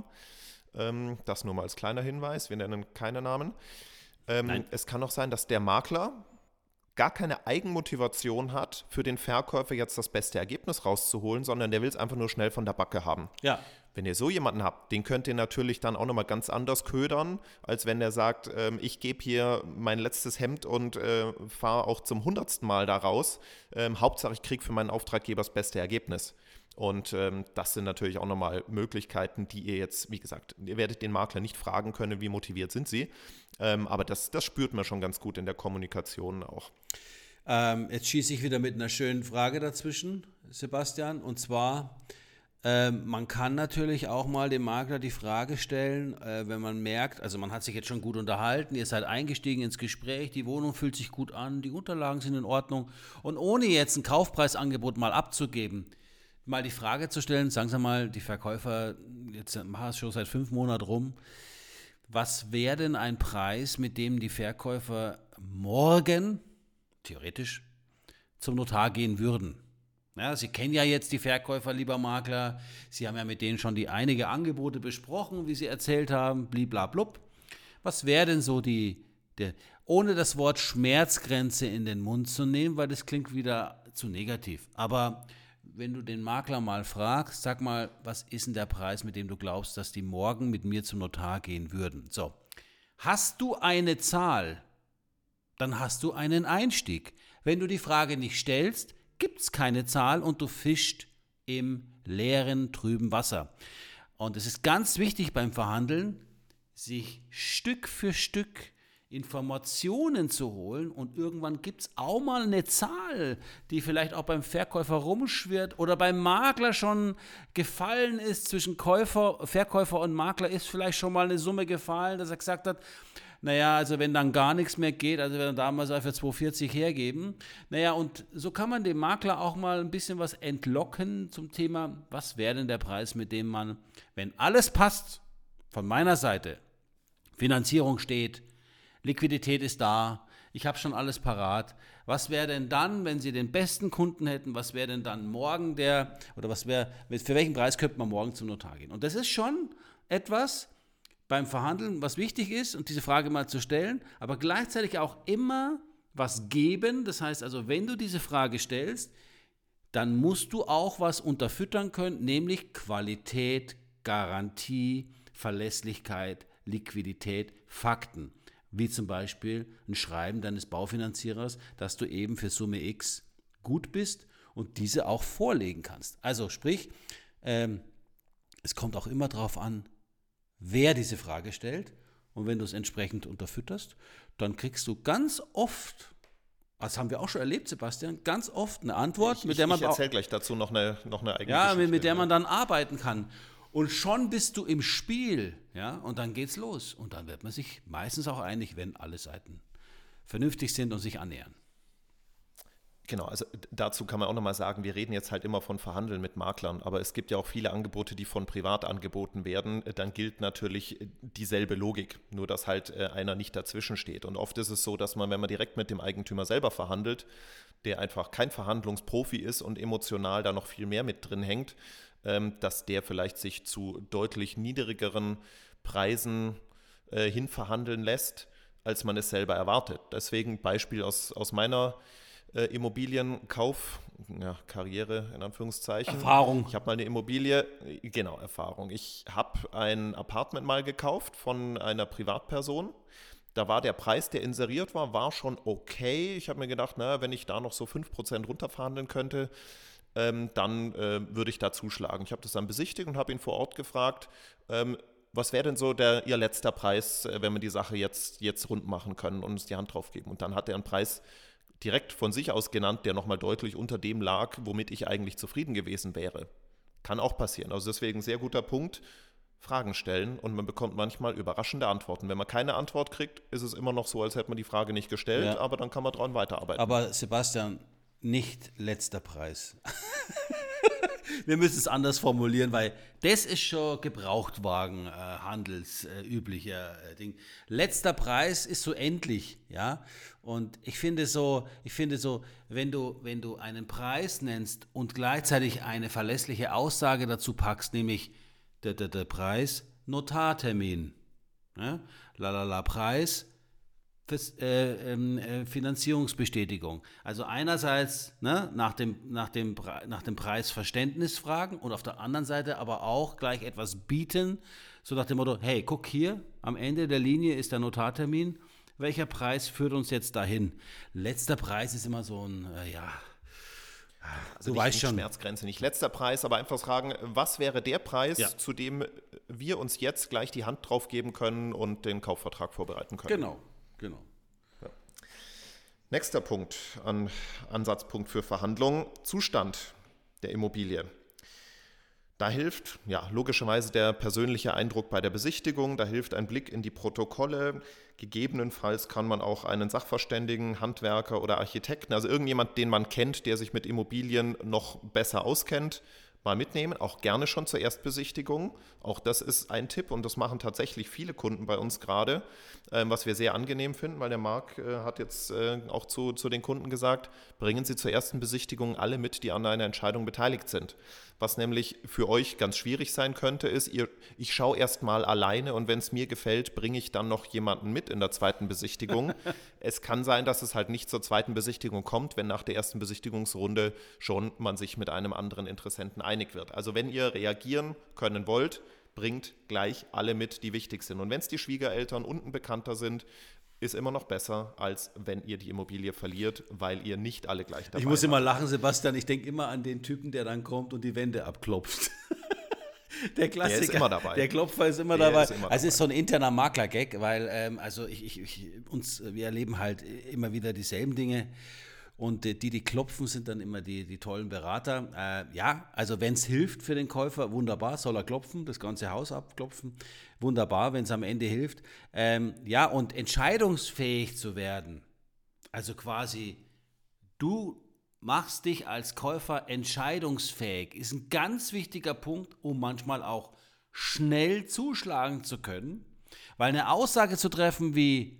Ähm, das nur mal als kleiner Hinweis, wir nennen keine Namen. Ähm, es kann auch sein, dass der Makler gar keine Eigenmotivation hat, für den Verkäufer jetzt das beste Ergebnis rauszuholen, sondern der will es einfach nur schnell von der Backe haben. Ja. Wenn ihr so jemanden habt, den könnt ihr natürlich dann auch nochmal ganz anders ködern, als wenn der sagt, ähm, ich gebe hier mein letztes Hemd und äh, fahre auch zum hundertsten Mal da raus. Ähm, Hauptsache, ich kriege für meinen Auftraggeber das beste Ergebnis. Und ähm, das sind natürlich auch nochmal Möglichkeiten, die ihr jetzt, wie gesagt, ihr werdet den Makler nicht fragen können, wie motiviert sind sie. Ähm, aber das, das spürt man schon ganz gut in der Kommunikation auch. Ähm, jetzt schieße ich wieder mit einer schönen Frage dazwischen, Sebastian. Und zwar, ähm, man kann natürlich auch mal dem Makler die Frage stellen, äh, wenn man merkt, also man hat sich jetzt schon gut unterhalten, ihr seid eingestiegen ins Gespräch, die Wohnung fühlt sich gut an, die Unterlagen sind in Ordnung. Und ohne jetzt ein Kaufpreisangebot mal abzugeben, mal die Frage zu stellen, sagen Sie mal, die Verkäufer, jetzt machen es schon seit fünf Monaten rum, was wäre denn ein Preis, mit dem die Verkäufer morgen, theoretisch, zum Notar gehen würden? Ja, Sie kennen ja jetzt die Verkäufer, lieber Makler, Sie haben ja mit denen schon die einige Angebote besprochen, wie Sie erzählt haben, bliblablub. Was wäre denn so die, der, ohne das Wort Schmerzgrenze in den Mund zu nehmen, weil das klingt wieder zu negativ, aber wenn du den Makler mal fragst, sag mal, was ist denn der Preis, mit dem du glaubst, dass die morgen mit mir zum Notar gehen würden? So, hast du eine Zahl, dann hast du einen Einstieg. Wenn du die Frage nicht stellst, gibt es keine Zahl und du fischst im leeren, trüben Wasser. Und es ist ganz wichtig beim Verhandeln, sich Stück für Stück Informationen zu holen und irgendwann gibt es auch mal eine Zahl, die vielleicht auch beim Verkäufer rumschwirrt oder beim Makler schon gefallen ist, zwischen Käufer, Verkäufer und Makler ist vielleicht schon mal eine Summe gefallen, dass er gesagt hat, naja, also wenn dann gar nichts mehr geht, also wenn er damals für zwei vierzig hergeben, naja, und so kann man dem Makler auch mal ein bisschen was entlocken zum Thema, was wäre denn der Preis, mit dem man, wenn alles passt, von meiner Seite, Finanzierung steht, Liquidität ist da, ich habe schon alles parat. Was wäre denn dann, wenn Sie den besten Kunden hätten, was wäre denn dann morgen der, oder was wäre, für welchen Preis könnte man morgen zum Notar gehen? Und das ist schon etwas beim Verhandeln, was wichtig ist, und diese Frage mal zu stellen, aber gleichzeitig auch immer was geben. Das heißt also, wenn du diese Frage stellst, dann musst du auch was unterfüttern können, nämlich Qualität, Garantie, Verlässlichkeit, Liquidität, Fakten. Wie zum Beispiel ein Schreiben deines Baufinanzierers, dass du eben für Summe X gut bist und diese auch vorlegen kannst. Also sprich, ähm, es kommt auch immer darauf an, wer diese Frage stellt, und wenn du es entsprechend unterfütterst, dann kriegst du ganz oft, das haben wir auch schon erlebt, Sebastian, ganz oft eine Antwort, ich, mit der man... Ich erzähle gleich dazu noch eine, noch eine eigene ja, Geschichte. mit, mit der man dann arbeiten kann. Und schon bist du im Spiel, ja, und dann geht's los. Und dann wird man sich meistens auch einig, wenn alle Seiten vernünftig sind und sich annähern. Genau, also dazu kann man auch nochmal sagen, wir reden jetzt halt immer von Verhandeln mit Maklern, aber es gibt ja auch viele Angebote, die von privat angeboten werden. Dann gilt natürlich dieselbe Logik, nur dass halt einer nicht dazwischen steht. Und oft ist es so, dass man, wenn man direkt mit dem Eigentümer selber verhandelt, der einfach kein Verhandlungsprofi ist und emotional da noch viel mehr mit drin hängt, dass der vielleicht sich zu deutlich niedrigeren Preisen äh, hin verhandeln lässt, als man es selber erwartet. Deswegen Beispiel aus, aus meiner äh, Immobilienkauf, ja, Karriere in Anführungszeichen. Erfahrung. Ich habe mal eine Immobilie, genau, Erfahrung. Ich habe ein Apartment mal gekauft von einer Privatperson. Da war der Preis, der inseriert war, war schon okay. Ich habe mir gedacht, na, wenn ich da noch so fünf Prozent runterverhandeln könnte, Ähm, dann äh, würde ich da zuschlagen. Ich habe das dann besichtigt und habe ihn vor Ort gefragt, ähm, was wäre denn so der, Ihr letzter Preis, äh, wenn wir die Sache jetzt, jetzt rund machen können und uns die Hand drauf geben. Und dann hat er einen Preis direkt von sich aus genannt, der nochmal deutlich unter dem lag, womit ich eigentlich zufrieden gewesen wäre. Kann auch passieren. Also deswegen sehr guter Punkt, Fragen stellen, und man bekommt manchmal überraschende Antworten. Wenn man keine Antwort kriegt, ist es immer noch so, als hätte man die Frage nicht gestellt, ja. Aber dann kann man daran weiterarbeiten. Aber Sebastian, nicht letzter Preis. Wir müssen es anders formulieren, weil das ist schon Gebrauchtwagenhandelsüblicher äh, äh, Ding. Letzter Preis ist so endlich, ja. Und ich finde so, ich finde so, wenn du, wenn du einen Preis nennst und gleichzeitig eine verlässliche Aussage dazu packst, nämlich der, der, der Preis, Notartermin, ja? Lalala Preis, Äh, äh, Finanzierungsbestätigung. Also einerseits ne, nach, dem, nach, dem, nach dem Preisverständnis fragen und auf der anderen Seite aber auch gleich etwas bieten, so nach dem Motto, hey, guck hier, am Ende der Linie ist der Notartermin, welcher Preis führt uns jetzt dahin? Letzter Preis ist immer so ein, äh, ja, Also du nicht, weißt nicht schon. Schmerzgrenze, nicht letzter Preis, aber einfach fragen, was wäre der Preis, Ja. zu dem wir uns jetzt gleich die Hand drauf geben können und den Kaufvertrag vorbereiten können. Genau, genau. Nächster Punkt, an, Ansatzpunkt für Verhandlungen, Zustand der Immobilie. Da hilft ja logischerweise der persönliche Eindruck bei der Besichtigung, da hilft ein Blick in die Protokolle. Gegebenenfalls kann man auch einen Sachverständigen, Handwerker oder Architekten, also irgendjemand, den man kennt, der sich mit Immobilien noch besser auskennt, mal mitnehmen, auch gerne schon zur Erstbesichtigung. Auch das ist ein Tipp und das machen tatsächlich viele Kunden bei uns gerade, ähm, was wir sehr angenehm finden, weil der Marc äh, hat jetzt äh, auch zu, zu den Kunden gesagt, bringen Sie zur ersten Besichtigung alle mit, die an einer Entscheidung beteiligt sind. Was nämlich für euch ganz schwierig sein könnte, ist, ihr, ich schaue erst mal alleine und wenn es mir gefällt, bringe ich dann noch jemanden mit in der zweiten Besichtigung. Es kann sein, dass es halt nicht zur zweiten Besichtigung kommt, wenn nach der ersten Besichtigungsrunde schon man sich mit einem anderen Interessenten einig wird. Also wenn ihr reagieren können wollt, bringt gleich alle mit, die wichtig sind. Und wenn es die Schwiegereltern und ein Bekannter sind, ist immer noch besser, als wenn ihr die Immobilie verliert, weil ihr nicht alle gleich dabei Ich muss seid. immer lachen, Sebastian. Ich denke immer an den Typen, der dann kommt und die Wände abklopft. Der Klassiker. Der ist immer dabei. Der Klopfer ist immer Der dabei. ist immer also es dabei. ist so ein interner Makler-Gag, weil ähm, also ich, ich, ich, uns, wir erleben halt immer wieder dieselben Dinge. Und die, die klopfen, sind dann immer die, die tollen Berater. Äh, ja, also wenn es hilft für den Käufer, wunderbar, soll er klopfen, das ganze Haus abklopfen. Wunderbar, wenn es am Ende hilft. Ähm, ja, und entscheidungsfähig zu werden, also quasi du machst dich als Käufer entscheidungsfähig, ist ein ganz wichtiger Punkt, um manchmal auch schnell zuschlagen zu können. Weil eine Aussage zu treffen wie,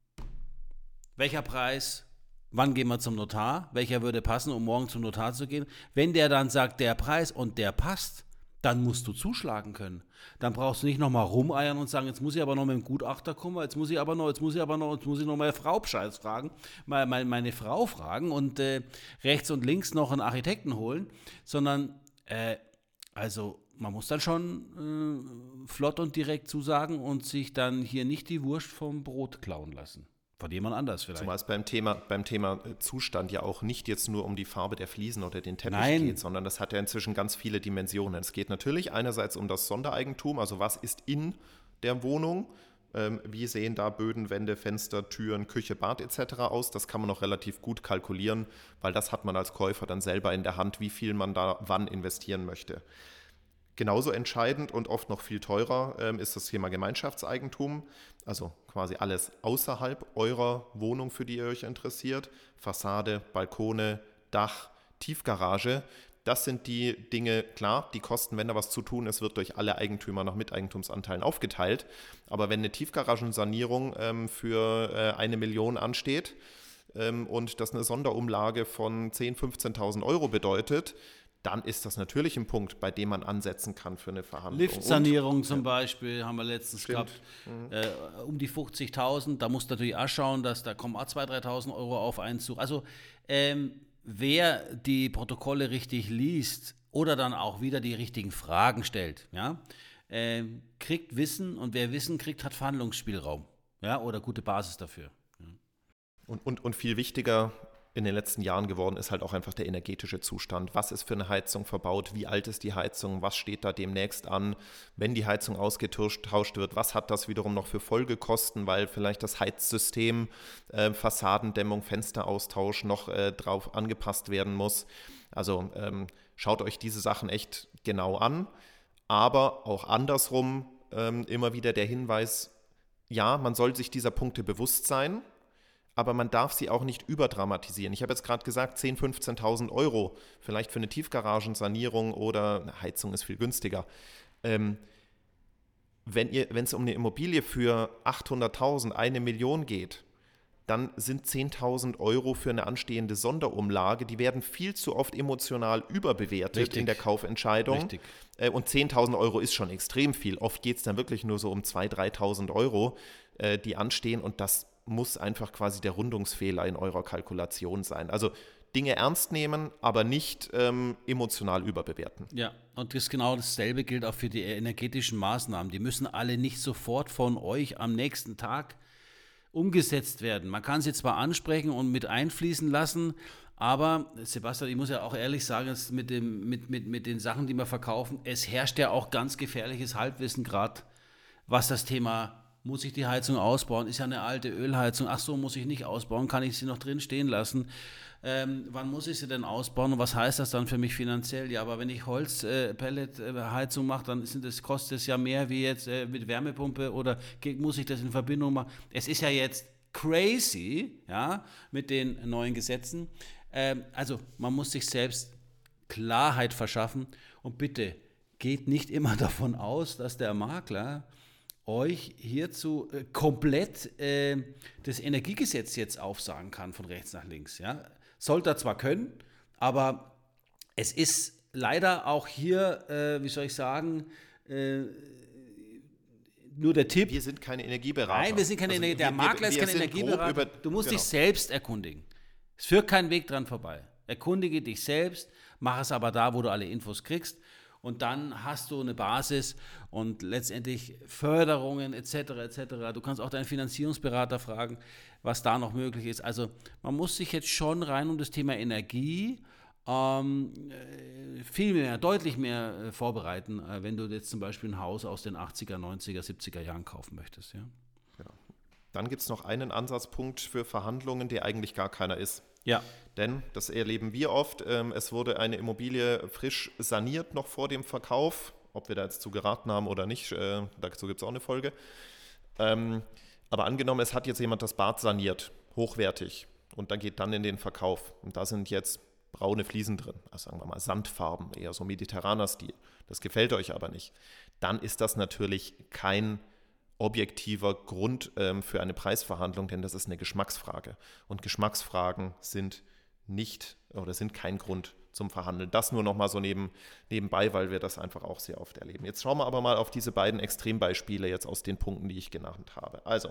welcher Preis, wann gehen wir zum Notar, welcher würde passen, um morgen zum Notar zu gehen. Wenn der dann sagt, der Preis und der passt, dann musst du zuschlagen können. Dann brauchst du nicht nochmal rumeiern und sagen, jetzt muss ich aber noch mit dem Gutachter kommen, jetzt muss ich aber noch, jetzt muss ich aber noch, jetzt muss ich noch meine Frau Bescheid fragen, meine, meine, meine Frau fragen und äh, rechts und links noch einen Architekten holen, sondern äh, also man muss dann schon äh, flott und direkt zusagen und sich dann hier nicht die Wurst vom Brot klauen lassen. Von jemand anders vielleicht. Zumal es beim Thema, beim Thema Zustand ja auch nicht jetzt nur um die Farbe der Fliesen oder den Teppich Nein. geht, sondern das hat ja inzwischen ganz viele Dimensionen. Es geht natürlich einerseits um das Sondereigentum, also was ist in der Wohnung, ähm, wie sehen da Böden, Wände, Fenster, Türen, Küche, Bad et cetera aus. Das kann man noch relativ gut kalkulieren, weil das hat man als Käufer dann selber in der Hand, wie viel man da wann investieren möchte. Genauso entscheidend und oft noch viel teurer ähm, ist das Thema Gemeinschaftseigentum, also quasi alles außerhalb eurer Wohnung, für die ihr euch interessiert. Fassade, Balkone, Dach, Tiefgarage. Das sind die Dinge, klar, die kosten, wenn da was zu tun ist, wird durch alle Eigentümer nach Miteigentumsanteilen aufgeteilt. Aber wenn eine Tiefgaragensanierung ähm, für äh, eine Million ansteht ähm, und das eine Sonderumlage von zehntausend, fünfzehntausend Euro bedeutet, dann ist das natürlich ein Punkt, bei dem man ansetzen kann für eine Verhandlung. Liftsanierung Und, zum ja. Beispiel haben wir letztens Stimmt. gehabt, mhm. äh, um die fünfzigtausend. Da musst du natürlich auch schauen, dass da kommen auch zweitausend, dreitausend Euro auf einen zu. Also ähm, wer die Protokolle richtig liest oder dann auch wieder die richtigen Fragen stellt, ja, äh, kriegt Wissen und wer Wissen kriegt, hat Verhandlungsspielraum, ja, oder gute Basis dafür. Ja. Und, und, und viel wichtiger in den letzten Jahren geworden ist halt auch einfach der energetische Zustand. Was ist für eine Heizung verbaut? Wie alt ist die Heizung? Was steht da demnächst an? Wenn die Heizung ausgetauscht wird, was hat das wiederum noch für Folgekosten? Weil vielleicht das Heizsystem, äh, Fassadendämmung, Fensteraustausch noch äh, drauf angepasst werden muss. Also ähm, schaut euch diese Sachen echt genau an. Aber auch andersrum ähm, immer wieder der Hinweis, ja, man soll sich dieser Punkte bewusst sein, aber man darf sie auch nicht überdramatisieren. Ich habe jetzt gerade gesagt, zehntausend, fünfzehntausend Euro, vielleicht für eine Tiefgaragensanierung oder eine Heizung ist viel günstiger. Ähm, wenn ihr, wenn es um eine Immobilie für achthunderttausend, eine Million geht, dann sind zehntausend Euro für eine anstehende Sonderumlage, die werden viel zu oft emotional überbewertet Richtig. in der Kaufentscheidung. Richtig. Äh, und zehntausend Euro ist schon extrem viel. Oft geht es dann wirklich nur so um zweitausend, dreitausend Euro, äh, die anstehen und das muss einfach quasi der Rundungsfehler in eurer Kalkulation sein. Also Dinge ernst nehmen, aber nicht ähm, emotional überbewerten. Ja, und das genau dasselbe gilt auch für die energetischen Maßnahmen. Die müssen alle nicht sofort von euch am nächsten Tag umgesetzt werden. Man kann sie zwar ansprechen und mit einfließen lassen, aber Sebastian, ich muss ja auch ehrlich sagen, dass mit, dem, mit, mit, mit den Sachen, die wir verkaufen, es herrscht ja auch ganz gefährliches Halbwissen gerade, was das Thema, muss ich die Heizung ausbauen, ist ja eine alte Ölheizung, ach so, muss ich nicht ausbauen, kann ich sie noch drin stehen lassen, ähm, wann muss ich sie denn ausbauen und was heißt das dann für mich finanziell? Ja, aber wenn ich Holz-Pellet-Heizung äh, mache, dann sind das, kostet es ja mehr wie jetzt äh, mit Wärmepumpe oder muss ich das in Verbindung machen? Es ist ja jetzt crazy, ja, mit den neuen Gesetzen. Ähm, also man muss sich selbst Klarheit verschaffen und bitte geht nicht immer davon aus, dass der Makler euch hierzu äh, komplett äh, das Energiegesetz jetzt aufsagen kann von rechts nach links. Ja? Sollte er zwar können, aber es ist leider auch hier, äh, wie soll ich sagen, äh, nur der Tipp. Wir sind keine Energieberater. Nein, wir sind keine also Energieberater. Der Makler wir, wir, ist kein Energieberater. Über, du musst genau. dich selbst erkundigen. Es führt kein Weg dran vorbei. Erkundige dich selbst, mach es aber da, wo du alle Infos kriegst. Und dann hast du eine Basis und letztendlich Förderungen et cetera et cetera. Du kannst auch deinen Finanzierungsberater fragen, was da noch möglich ist. Also man muss sich jetzt schon rein um das Thema Energie ähm, viel mehr, deutlich mehr äh, vorbereiten, äh, wenn du jetzt zum Beispiel ein Haus aus den achtziger, neunziger, siebziger Jahren kaufen möchtest. Ja? Genau. Dann gibt es noch einen Ansatzpunkt für Verhandlungen, der eigentlich gar keiner ist. Ja. Denn, das erleben wir oft, ähm, es wurde eine Immobilie frisch saniert noch vor dem Verkauf, ob wir da jetzt zu geraten haben oder nicht, äh, dazu gibt es auch eine Folge. Ähm, aber angenommen, es hat jetzt jemand das Bad saniert, hochwertig, und dann geht dann in den Verkauf. Und da sind jetzt braune Fliesen drin, also sagen wir mal Sandfarben, eher so mediterraner Stil. Das gefällt euch aber nicht. Dann ist das natürlich kein objektiver Grund ähm, für eine Preisverhandlung, denn das ist eine Geschmacksfrage. Und Geschmacksfragen sind nicht oder sind kein Grund zum Verhandeln. Das nur noch mal so neben, nebenbei, weil wir das einfach auch sehr oft erleben. Jetzt schauen wir aber mal auf diese beiden Extrembeispiele jetzt aus den Punkten, die ich genannt habe. Also,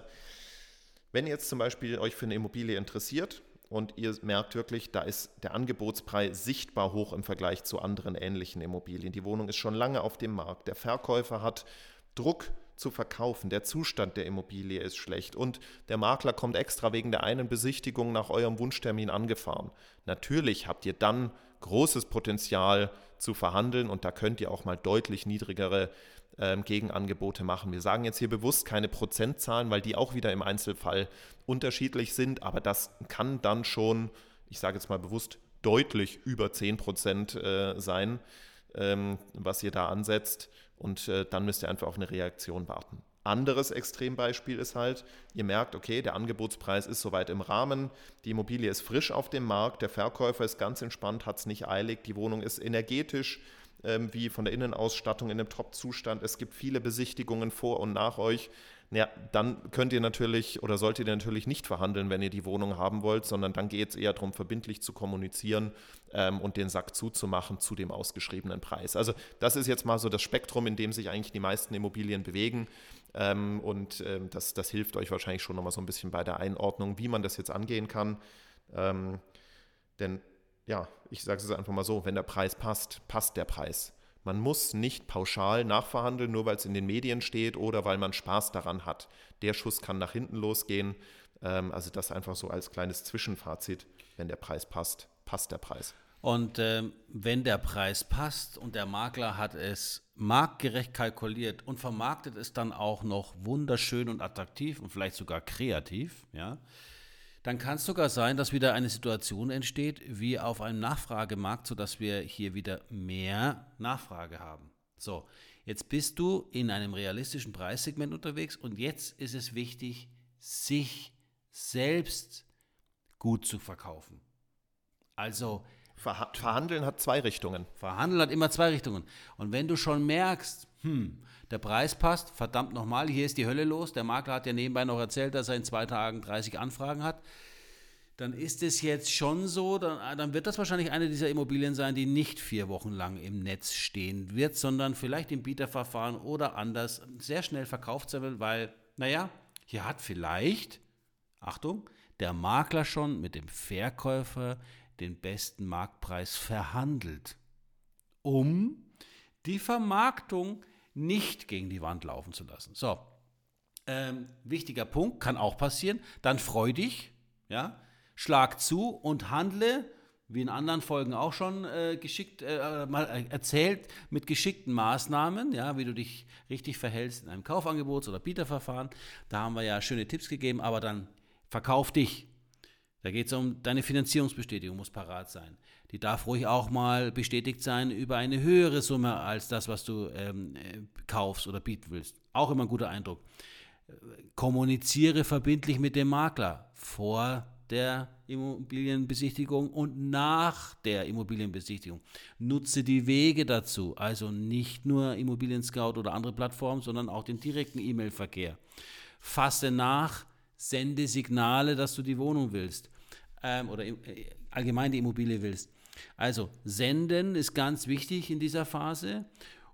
wenn ihr jetzt zum Beispiel euch für eine Immobilie interessiert und ihr merkt wirklich, da ist der Angebotspreis sichtbar hoch im Vergleich zu anderen ähnlichen Immobilien. Die Wohnung ist schon lange auf dem Markt. Der Verkäufer hat Druck zu verkaufen. Der Zustand der Immobilie ist schlecht und der Makler kommt extra wegen der einen Besichtigung nach eurem Wunschtermin angefahren. Natürlich habt ihr dann großes Potenzial zu verhandeln und da könnt ihr auch mal deutlich niedrigere äh, Gegenangebote machen. Wir sagen jetzt hier bewusst keine Prozentzahlen, weil die auch wieder im Einzelfall unterschiedlich sind, aber das kann dann schon, ich sage jetzt mal bewusst, deutlich über zehn Prozent äh, sein, ähm, was ihr da ansetzt. Und äh, dann müsst ihr einfach auf eine Reaktion warten. Anderes Extrembeispiel ist halt, ihr merkt, okay, der Angebotspreis ist soweit im Rahmen, die Immobilie ist frisch auf dem Markt, der Verkäufer ist ganz entspannt, hat es nicht eilig, die Wohnung ist energetisch, ähm, wie von der Innenausstattung in einem Top-Zustand, es gibt viele Besichtigungen vor und nach euch. Ja, dann könnt ihr natürlich oder solltet ihr natürlich nicht verhandeln, wenn ihr die Wohnung haben wollt, sondern dann geht es eher darum, verbindlich zu kommunizieren ähm, und den Sack zuzumachen zu dem ausgeschriebenen Preis. Also das ist jetzt mal so das Spektrum, in dem sich eigentlich die meisten Immobilien bewegen ähm, und ähm, das, das hilft euch wahrscheinlich schon nochmal so ein bisschen bei der Einordnung, wie man das jetzt angehen kann. Ähm, denn ja, ich sage es einfach mal so, wenn der Preis passt, passt der Preis. Man muss nicht pauschal nachverhandeln, nur weil es in den Medien steht oder weil man Spaß daran hat. Der Schuss kann nach hinten losgehen. Ähm, also das einfach so als kleines Zwischenfazit. Wenn der Preis passt, passt der Preis. Und ähm, wenn der Preis passt und der Makler hat es marktgerecht kalkuliert und vermarktet es dann auch noch wunderschön und attraktiv und vielleicht sogar kreativ, ja, dann kann es sogar sein, dass wieder eine Situation entsteht, wie auf einem Nachfragemarkt, sodass wir hier wieder mehr Nachfrage haben. So, jetzt bist du in einem realistischen Preissegment unterwegs und jetzt ist es wichtig, sich selbst gut zu verkaufen. Also Verha- Verhandeln hat zwei Richtungen. Verhandeln hat immer zwei Richtungen. Und wenn du schon merkst, hm, der Preis passt, verdammt nochmal, hier ist die Hölle los, der Makler hat ja nebenbei noch erzählt, dass er in zwei Tagen dreißig Anfragen hat, dann ist es jetzt schon so, dann, dann wird das wahrscheinlich eine dieser Immobilien sein, die nicht vier Wochen lang im Netz stehen wird, sondern vielleicht im Bieterverfahren oder anders sehr schnell verkauft sein will, weil, naja, hier hat vielleicht, Achtung, der Makler schon mit dem Verkäufer den besten Marktpreis verhandelt, um die Vermarktung nicht gegen die Wand laufen zu lassen. So, Ähm, wichtiger Punkt, kann auch passieren. Dann freu dich, ja, schlag zu und handle, wie in anderen Folgen auch schon äh, geschickt, äh, mal erzählt, mit geschickten Maßnahmen, ja, wie du dich richtig verhältst in einem Kaufangebots- oder Bieterverfahren. Da haben wir ja schöne Tipps gegeben, aber dann verkauf dich. Da geht es um deine Finanzierungsbestätigung, muss parat sein. Die darf ruhig auch mal bestätigt sein über eine höhere Summe als das, was du ähm, kaufst oder bieten willst. Auch immer ein guter Eindruck. Kommuniziere verbindlich mit dem Makler vor der Immobilienbesichtigung und nach der Immobilienbesichtigung. Nutze die Wege dazu, also nicht nur Immobilien Scout oder andere Plattformen, sondern auch den direkten E-Mail-Verkehr. Fasse nach, sende Signale, dass du die Wohnung willst ähm, oder äh, allgemein die Immobilie willst. Also senden ist ganz wichtig in dieser Phase,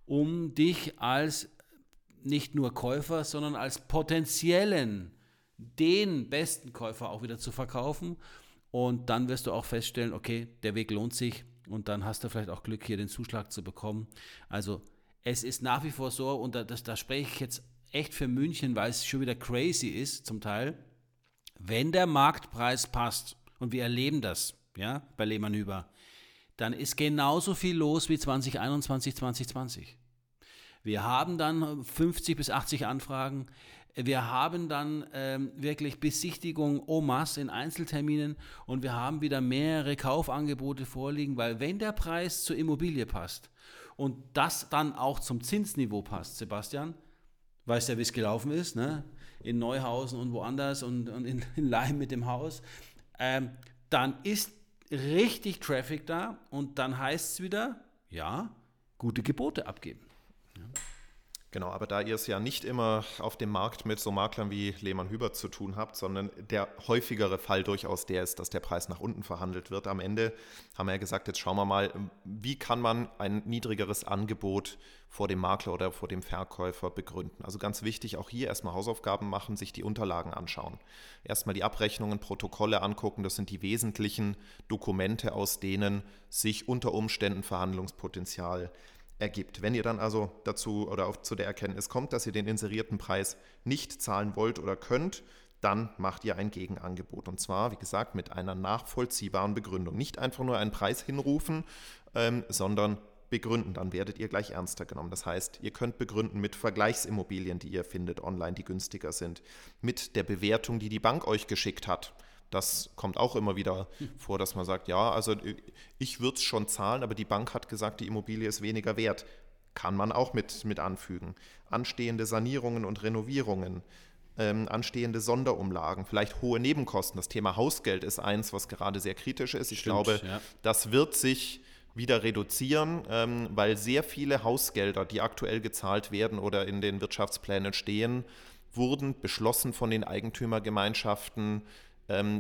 um dich als nicht nur Käufer, sondern als potenziellen, den besten Käufer auch wieder zu verkaufen. Und dann wirst du auch feststellen, okay, der Weg lohnt sich und dann hast du vielleicht auch Glück, hier den Zuschlag zu bekommen. Also es ist nach wie vor so, und da, das, da spreche ich jetzt echt für München, weil es schon wieder crazy ist zum Teil, wenn der Marktpreis passt, und wir erleben das, ja, bei Lehmann Hüber, dann ist genauso viel los wie zwanzig einundzwanzig, zwanzig zwanzig. Wir haben dann fünfzig bis achtzig Anfragen. Wir haben dann ähm, wirklich Besichtigungen en masse in Einzelterminen und wir haben wieder mehrere Kaufangebote vorliegen, weil wenn der Preis zur Immobilie passt und das dann auch zum Zinsniveau passt, Sebastian, weißt ja, wie es gelaufen ist, ne? In Neuhausen und woanders und, und in, in Leim mit dem Haus, ähm, dann ist richtig Traffic da und dann heißt es wieder, ja, gute Gebote abgeben. Ja. Genau, aber da ihr es ja nicht immer auf dem Markt mit so Maklern wie Lehmann Hüber zu tun habt, sondern der häufigere Fall durchaus der ist, dass der Preis nach unten verhandelt wird. Am Ende haben wir ja gesagt, jetzt schauen wir mal, wie kann man ein niedrigeres Angebot vor dem Makler oder vor dem Verkäufer begründen. Also ganz wichtig, auch hier erstmal Hausaufgaben machen, sich die Unterlagen anschauen. Erstmal die Abrechnungen, Protokolle angucken, das sind die wesentlichen Dokumente, aus denen sich unter Umständen Verhandlungspotenzial ergibt. Wenn ihr dann also dazu oder auf, zu der Erkenntnis kommt, dass ihr den inserierten Preis nicht zahlen wollt oder könnt, dann macht ihr ein Gegenangebot. Und zwar, wie gesagt, mit einer nachvollziehbaren Begründung. Nicht einfach nur einen Preis hinrufen, ähm, sondern begründen. Dann werdet ihr gleich ernster genommen. Das heißt, ihr könnt begründen mit Vergleichsimmobilien, die ihr findet online, die günstiger sind, mit der Bewertung, die die Bank euch geschickt hat. Das kommt auch immer wieder vor, dass man sagt, ja, also ich würde es schon zahlen, aber die Bank hat gesagt, die Immobilie ist weniger wert. Kann man auch mit, mit anfügen. Anstehende Sanierungen und Renovierungen, ähm, anstehende Sonderumlagen, vielleicht hohe Nebenkosten. Das Thema Hausgeld ist eins, was gerade sehr kritisch ist. Ich Stimmt, glaube, ja. das wird sich wieder reduzieren, ähm, weil sehr viele Hausgelder, die aktuell gezahlt werden oder in den Wirtschaftsplänen stehen, wurden beschlossen von den Eigentümergemeinschaften Ähm,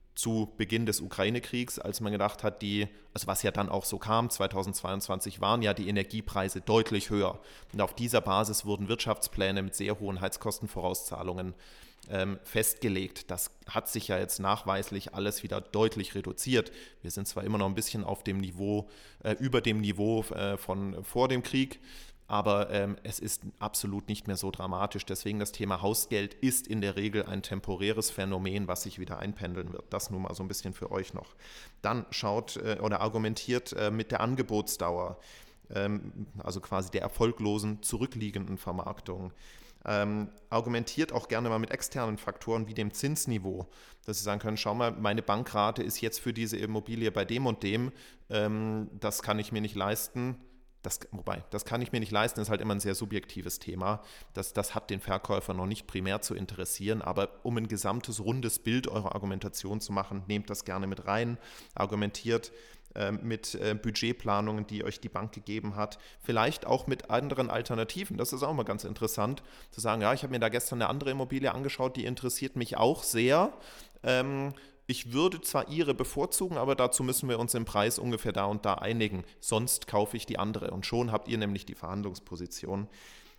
zu Beginn des Ukraine-Kriegs, als man gedacht hat, die, also was ja dann auch so kam, zweitausendzweiundzwanzig waren ja die Energiepreise deutlich höher. Und auf dieser Basis wurden Wirtschaftspläne mit sehr hohen Heizkostenvorauszahlungen ähm, festgelegt. Das hat sich ja jetzt nachweislich alles wieder deutlich reduziert. Wir sind zwar immer noch ein bisschen auf dem Niveau, äh, über dem Niveau äh, von vor dem Krieg, aber ähm, es ist absolut nicht mehr so dramatisch. Deswegen das Thema Hausgeld ist in der Regel ein temporäres Phänomen, was sich wieder einpendeln wird. Das nur mal so ein bisschen für euch noch. Dann schaut äh, oder argumentiert äh, mit der Angebotsdauer, ähm, also quasi der erfolglosen zurückliegenden Vermarktung. Ähm, argumentiert auch gerne mal mit externen Faktoren wie dem Zinsniveau, dass Sie sagen können, schau mal, meine Bankrate ist jetzt für diese Immobilie bei dem und dem, ähm, das kann ich mir nicht leisten. Das, wobei, das kann ich mir nicht leisten, ist halt immer ein sehr subjektives Thema. Das, das hat den Verkäufer noch nicht primär zu interessieren, aber um ein gesamtes, rundes Bild eurer Argumentation zu machen, nehmt das gerne mit rein, argumentiert äh, mit äh, Budgetplanungen, die euch die Bank gegeben hat, vielleicht auch mit anderen Alternativen. Das ist auch mal ganz interessant, zu sagen, ja, ich habe mir da gestern eine andere Immobilie angeschaut, die interessiert mich auch sehr. Ähm, Ich würde zwar Ihre bevorzugen, aber dazu müssen wir uns im Preis ungefähr da und da einigen. Sonst kaufe ich die andere. Und schon habt ihr nämlich die Verhandlungsposition.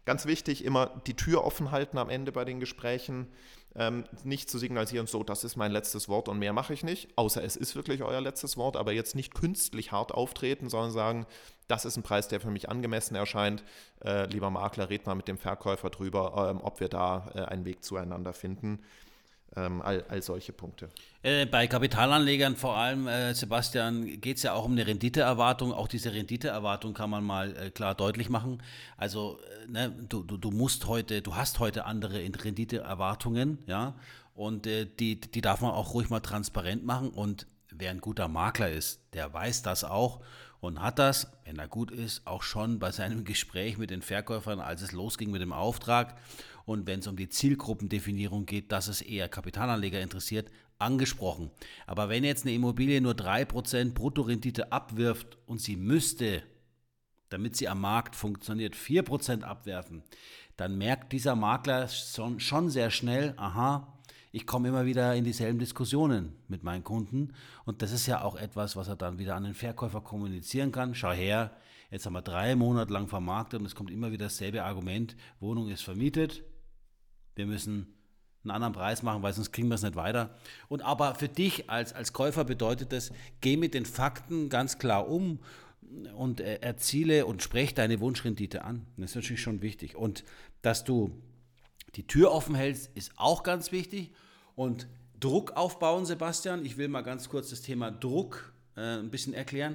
Ganz wichtig, immer die Tür offen halten am Ende bei den Gesprächen. Ähm, nicht zu signalisieren, so, das ist mein letztes Wort und mehr mache ich nicht, außer es ist wirklich euer letztes Wort, aber jetzt nicht künstlich hart auftreten, sondern sagen, das ist ein Preis, der für mich angemessen erscheint. Äh, lieber Makler, red mal mit dem Verkäufer drüber, ähm, ob wir da äh, einen Weg zueinander finden. Ähm, all, all solche Punkte. Äh, bei Kapitalanlegern vor allem, äh, Sebastian, geht es ja auch um eine Renditeerwartung. Auch diese Renditeerwartung kann man mal äh, klar deutlich machen. Also äh, ne, du, du, du musst heute, du hast heute andere Renditeerwartungen, ja, und äh, die, die darf man auch ruhig mal transparent machen. Und wer ein guter Makler ist, der weiß das auch und hat das, wenn er gut ist, auch schon bei seinem Gespräch mit den Verkäufern, als es losging mit dem Auftrag und wenn es um die Zielgruppendefinierung geht, dass es eher Kapitalanleger interessiert, angesprochen. Aber wenn jetzt eine Immobilie nur drei Prozent Bruttorendite abwirft und sie müsste, damit sie am Markt funktioniert, vier Prozent abwerfen, dann merkt dieser Makler schon, schon sehr schnell, aha, ich komme immer wieder in dieselben Diskussionen mit meinen Kunden und das ist ja auch etwas, was er dann wieder an den Verkäufer kommunizieren kann. Schau her, jetzt haben wir drei Monate lang vermarktet und es kommt immer wieder dasselbe Argument, Wohnung ist vermietet, wir müssen einen anderen Preis machen, weil sonst kriegen wir es nicht weiter. Und aber für dich als, als Käufer bedeutet das, geh mit den Fakten ganz klar um und äh, erziele und sprech deine Wunschrendite an. Das ist natürlich schon wichtig. Und dass du die Tür offen hältst, ist auch ganz wichtig. Und Druck aufbauen, Sebastian. Ich will mal ganz kurz das Thema Druck äh, ein bisschen erklären.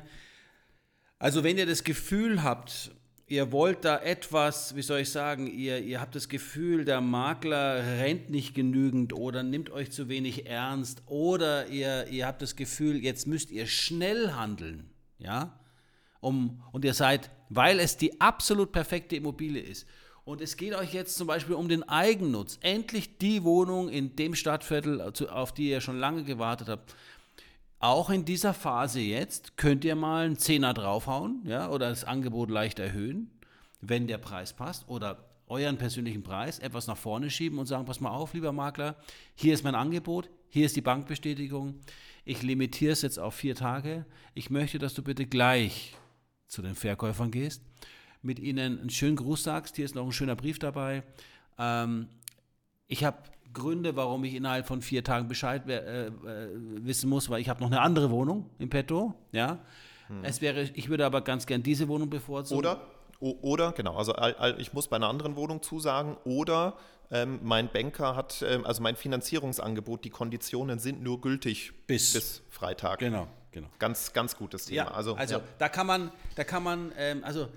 Also wenn ihr das Gefühl habt, ihr wollt da etwas, wie soll ich sagen, ihr, ihr habt das Gefühl, der Makler rennt nicht genügend oder nimmt euch zu wenig ernst oder ihr, ihr habt das Gefühl, jetzt müsst ihr schnell handeln, ja, um, und ihr seid, weil es die absolut perfekte Immobilie ist. Und es geht euch jetzt zum Beispiel um den Eigennutz. Endlich die Wohnung in dem Stadtviertel, auf die ihr schon lange gewartet habt. Auch in dieser Phase jetzt könnt ihr mal einen Zehner draufhauen, ja, oder das Angebot leicht erhöhen, wenn der Preis passt, oder euren persönlichen Preis etwas nach vorne schieben und sagen, pass mal auf, lieber Makler, hier ist mein Angebot, hier ist die Bankbestätigung, ich limitiere es jetzt auf vier Tage, ich möchte, dass du bitte gleich zu den Verkäufern gehst, mit ihnen einen schönen Gruß sagst, hier ist noch ein schöner Brief dabei, ähm, ich habe Gründe, warum ich innerhalb von vier Tagen Bescheid äh, äh, wissen muss, weil ich habe noch eine andere Wohnung im Petto, ja. Hm. Es wäre, ich würde aber ganz gern diese Wohnung bevorzugen. Oder, o, oder genau, also ich muss bei einer anderen Wohnung zusagen, oder ähm, mein Banker hat, ähm, also mein Finanzierungsangebot, die Konditionen sind nur gültig bis, bis Freitag. Genau, genau. Ganz, ganz gutes Thema. Ja, also also ja. da kann man, da kann man, ähm, also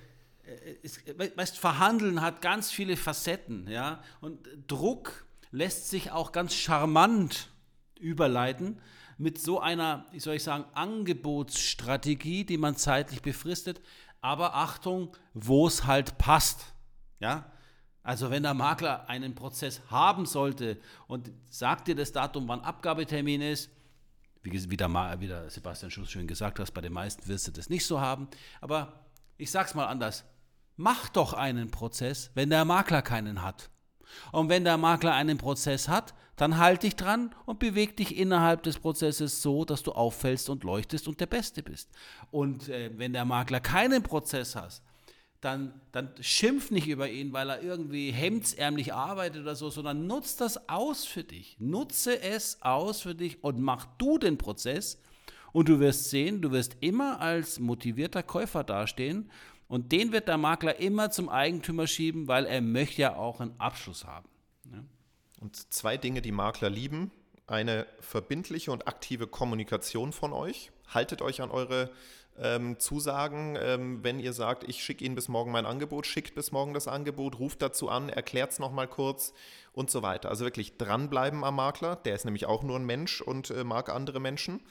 es, weißt, Verhandeln hat ganz viele Facetten, ja, und Druck lässt sich auch ganz charmant überleiten mit so einer, wie soll ich sagen, Angebotsstrategie, die man zeitlich befristet, aber Achtung, wo es halt passt, ja. Also wenn der Makler einen Prozess haben sollte und sagt dir das Datum, wann Abgabetermin ist, wie, wie, der, wie der Sebastian Schuss schön gesagt hat, bei den meisten wirst du das nicht so haben, aber ich sag's mal anders, mach doch einen Prozess, wenn der Makler keinen hat. Und wenn der Makler einen Prozess hat, dann halt dich dran und beweg dich innerhalb des Prozesses so, dass du auffällst und leuchtest und der Beste bist. Und äh, wenn der Makler keinen Prozess hat, dann, dann schimpf nicht über ihn, weil er irgendwie hemdsärmlich arbeitet oder so, sondern nutz das aus für dich. Nutze es aus für dich und mach du den Prozess und du wirst sehen, du wirst immer als motivierter Käufer dastehen. Und den wird der Makler immer zum Eigentümer schieben, weil er möchte ja auch einen Abschluss haben. Ja? Und zwei Dinge, die Makler lieben. Eine verbindliche und aktive Kommunikation von euch. Haltet euch an eure ähm, Zusagen. Ähm, wenn ihr sagt, ich schicke Ihnen bis morgen mein Angebot, schickt bis morgen das Angebot, ruft dazu an, erklärt es nochmal kurz und so weiter. Also wirklich dranbleiben am Makler. Der ist nämlich auch nur ein Mensch und äh, mag andere Menschen.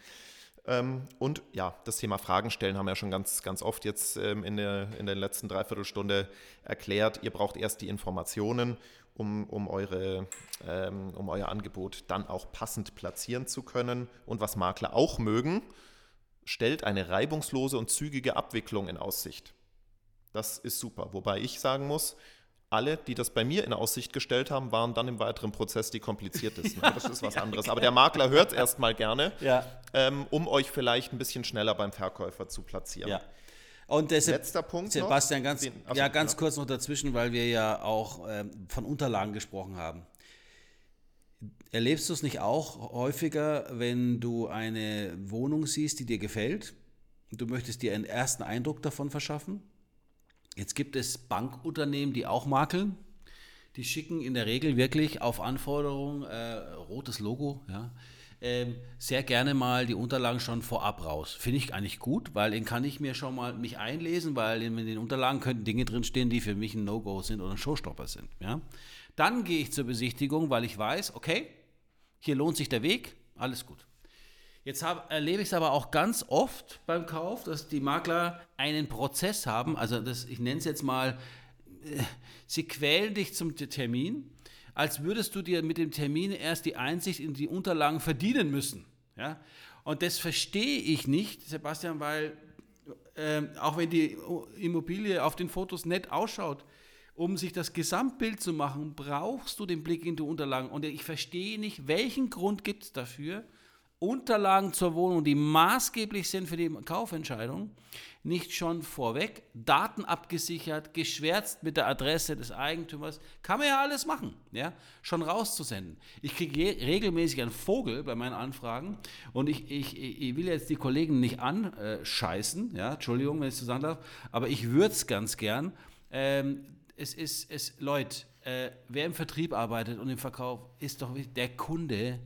Und ja, das Thema Fragen stellen haben wir ja schon ganz, ganz oft jetzt ähm, in der, in der letzten Dreiviertelstunde erklärt. Ihr braucht erst die Informationen, um, um, eure, ähm, um euer Angebot dann auch passend platzieren zu können. Und was Makler auch mögen, stellt eine reibungslose und zügige Abwicklung in Aussicht. Das ist super. Wobei ich sagen muss, alle, die das bei mir in Aussicht gestellt haben, waren dann im weiteren Prozess die kompliziertesten. Ja, das ist was anderes. Aber der Makler hört es erstmal gerne, ja. ähm, um euch vielleicht ein bisschen schneller beim Verkäufer zu platzieren. Ja. Und der Letzter Punkt Sebastian, noch. ganz, Den, achso, ja, ganz ja. kurz noch dazwischen, weil wir ja auch ähm, von Unterlagen gesprochen haben. Erlebst du es nicht auch häufiger, wenn du eine Wohnung siehst, die dir gefällt? Du möchtest dir einen ersten Eindruck davon verschaffen? Jetzt gibt es Bankunternehmen, die auch makeln. Die schicken in der Regel wirklich auf Anforderung, äh, rotes Logo, ja, ähm, sehr gerne mal die Unterlagen schon vorab raus. Finde ich eigentlich gut, weil dann kann ich mir schon mal mich einlesen, weil in den Unterlagen könnten Dinge drinstehen, die für mich ein No-Go sind oder ein Showstopper sind. Ja. Dann gehe ich zur Besichtigung, weil ich weiß, okay, hier lohnt sich der Weg, alles gut. Jetzt hab, erlebe ich es aber auch ganz oft beim Kauf, dass die Makler einen Prozess haben, also das, ich nenne es jetzt mal, äh, sie quälen dich zum Termin, als würdest du dir mit dem Termin erst die Einsicht in die Unterlagen verdienen müssen. Ja? Und das verstehe ich nicht, Sebastian, weil äh, auch wenn die Immobilie auf den Fotos nett ausschaut, um sich das Gesamtbild zu machen, brauchst du den Blick in die Unterlagen. Und ich verstehe nicht, welchen Grund gibt es dafür, Unterlagen zur Wohnung, die maßgeblich sind für die Kaufentscheidung, nicht schon vorweg, Daten abgesichert, geschwärzt mit der Adresse des Eigentümers, kann man ja alles machen, ja, schon rauszusenden. Ich kriege regelmäßig einen Vogel bei meinen Anfragen und ich, ich, ich will jetzt die Kollegen nicht anscheißen, ja, Entschuldigung, wenn ich es so sagen darf, aber ich würde es ganz gern. Ähm, es ist, es, Leute, äh, wer im Vertrieb arbeitet und im Verkauf, ist doch der Kunde,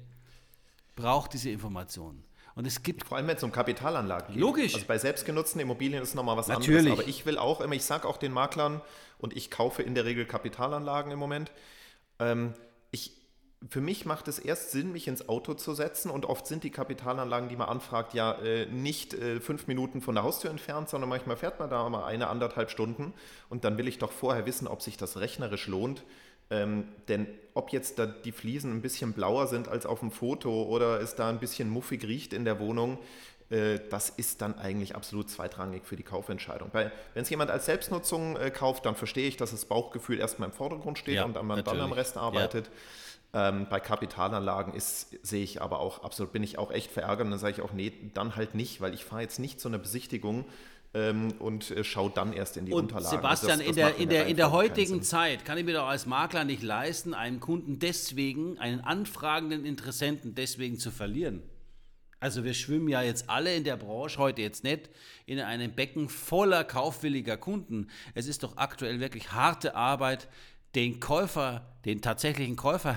braucht diese Informationen. Und es gibt vor allem, wenn es um Kapitalanlagen geht. Logisch. Also bei selbstgenutzten Immobilien ist nochmal was Natürlich. anderes. Aber ich will auch immer, ich sage auch den Maklern, und ich kaufe in der Regel Kapitalanlagen im Moment, ähm, ich, für mich macht es erst Sinn, mich ins Auto zu setzen. Und oft sind die Kapitalanlagen, die man anfragt, ja äh, nicht äh, fünf Minuten von der Haustür entfernt, sondern manchmal fährt man da mal eine, anderthalb Stunden. Und dann will ich doch vorher wissen, ob sich das rechnerisch lohnt. Ähm, denn ob jetzt da die Fliesen ein bisschen blauer sind als auf dem Foto oder es da ein bisschen muffig riecht in der Wohnung, äh, das ist dann eigentlich absolut zweitrangig für die Kaufentscheidung. Wenn es jemand als Selbstnutzung äh, kauft, dann verstehe ich, dass das Bauchgefühl erstmal im Vordergrund steht ja, und man natürlich. dann am Rest arbeitet. Ja. Ähm, bei Kapitalanlagen ist, sehe ich aber auch absolut, bin ich auch echt verärgert und dann sage ich auch, nee, dann halt nicht, weil ich fahre jetzt nicht zu einer Besichtigung, Ähm, und äh, schau dann erst in die und Unterlagen. Sebastian, das, das in der, in der, in der heutigen Sinn. Zeit kann ich mir doch als Makler nicht leisten, einen Kunden deswegen, einen anfragenden Interessenten deswegen zu verlieren. Also wir schwimmen ja jetzt alle in der Branche, heute jetzt nicht, in einem Becken voller kaufwilliger Kunden. Es ist doch aktuell wirklich harte Arbeit, den Käufer, den tatsächlichen Käufer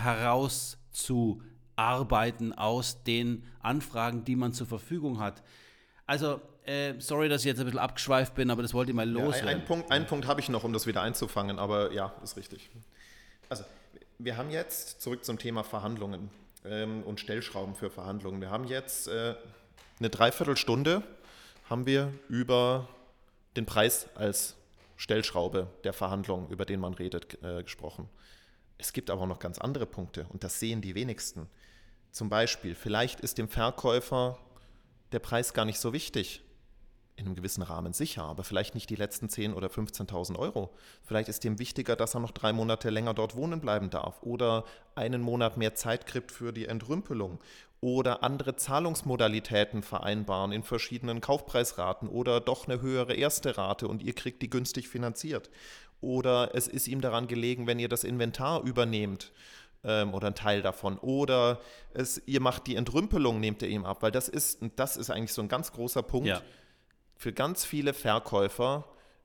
herauszuarbeiten aus den Anfragen, die man zur Verfügung hat. Also Äh, sorry, dass ich jetzt ein bisschen abgeschweift bin, aber das wollte ich mal loswerden. Ja, ein, ein Punkt, einen Punkt habe ich noch, um das wieder einzufangen, aber ja, ist richtig. Also, wir haben jetzt, zurück zum Thema Verhandlungen ähm, und Stellschrauben für Verhandlungen. Wir haben jetzt äh, eine Dreiviertelstunde haben wir über den Preis als Stellschraube der Verhandlung, über den man redet, äh, gesprochen. Es gibt aber auch noch ganz andere Punkte und das sehen die wenigsten. Zum Beispiel, vielleicht ist dem Verkäufer der Preis gar nicht so wichtig. In einem gewissen Rahmen sicher, aber vielleicht nicht die letzten zehntausend oder fünfzehntausend Euro. Vielleicht ist dem wichtiger, dass er noch drei Monate länger dort wohnen bleiben darf oder einen Monat mehr Zeit kriegt für die Entrümpelung oder andere Zahlungsmodalitäten vereinbaren in verschiedenen Kaufpreisraten oder doch eine höhere erste Rate und ihr kriegt die günstig finanziert. Oder es ist ihm daran gelegen, wenn ihr das Inventar übernehmt ähm, oder ein Teil davon. Oder es, ihr macht die Entrümpelung, nehmt ihr ihm ab, weil das ist, das ist eigentlich so ein ganz großer Punkt. Ja. Für ganz viele Verkäufer,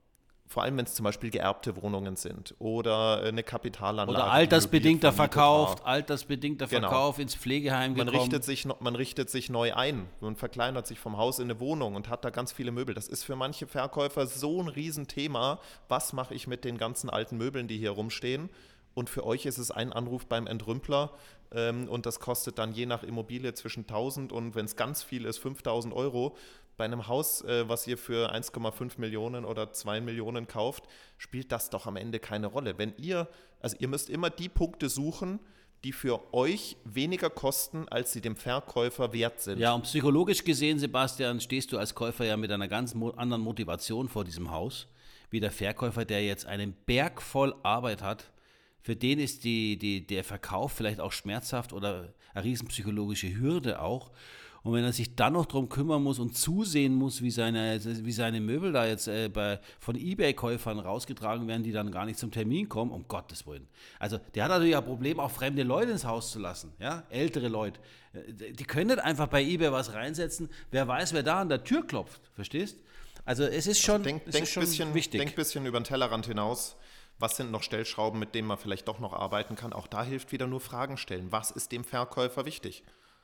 vor allem wenn es zum Beispiel geerbte Wohnungen sind oder eine Kapitalanlage. Oder altersbedingter Verkauf, war. altersbedingter Genau. Verkauf ins Pflegeheim Man gekommen. richtet, sich, man richtet sich neu ein. Man verkleinert sich vom Haus in eine Wohnung und hat da ganz viele Möbel. Das ist für manche Verkäufer so ein Riesenthema. Was mache ich mit den ganzen alten Möbeln, die hier rumstehen? Und für euch ist es ein Anruf beim Entrümpler ähm, und das kostet dann je nach Immobilie zwischen tausend und, wenn es ganz viel ist, fünftausend Euro. Bei einem Haus, äh, was ihr für eins Komma fünf Millionen oder zwei Millionen kauft, spielt das doch am Ende keine Rolle. Wenn ihr, also ihr müsst immer die Punkte suchen, die für euch weniger kosten, als sie dem Verkäufer wert sind. Ja, und psychologisch gesehen, Sebastian, stehst du als Käufer ja mit einer ganz mo- anderen Motivation vor diesem Haus, wie der Verkäufer, der jetzt einen Berg voll Arbeit hat. Für den ist die, die, der Verkauf vielleicht auch schmerzhaft oder eine riesen psychologische Hürde auch. Und wenn er sich dann noch drum kümmern muss und zusehen muss, wie seine, wie seine Möbel da jetzt äh, bei, von eBay-Käufern rausgetragen werden, die dann gar nicht zum Termin kommen, um Gottes Willen. Also der hat natürlich ein Problem, auch fremde Leute ins Haus zu lassen, ja, ältere Leute. Die können nicht einfach bei eBay was reinsetzen, wer weiß, wer da an der Tür klopft, verstehst? Also es ist schon, also denk, es denk ist schon bisschen, wichtig. Denk ein bisschen über den Tellerrand hinaus. Was sind noch Stellschrauben, mit denen man vielleicht doch noch arbeiten kann? Auch da hilft wieder nur Fragen stellen. Was ist dem Verkäufer wichtig?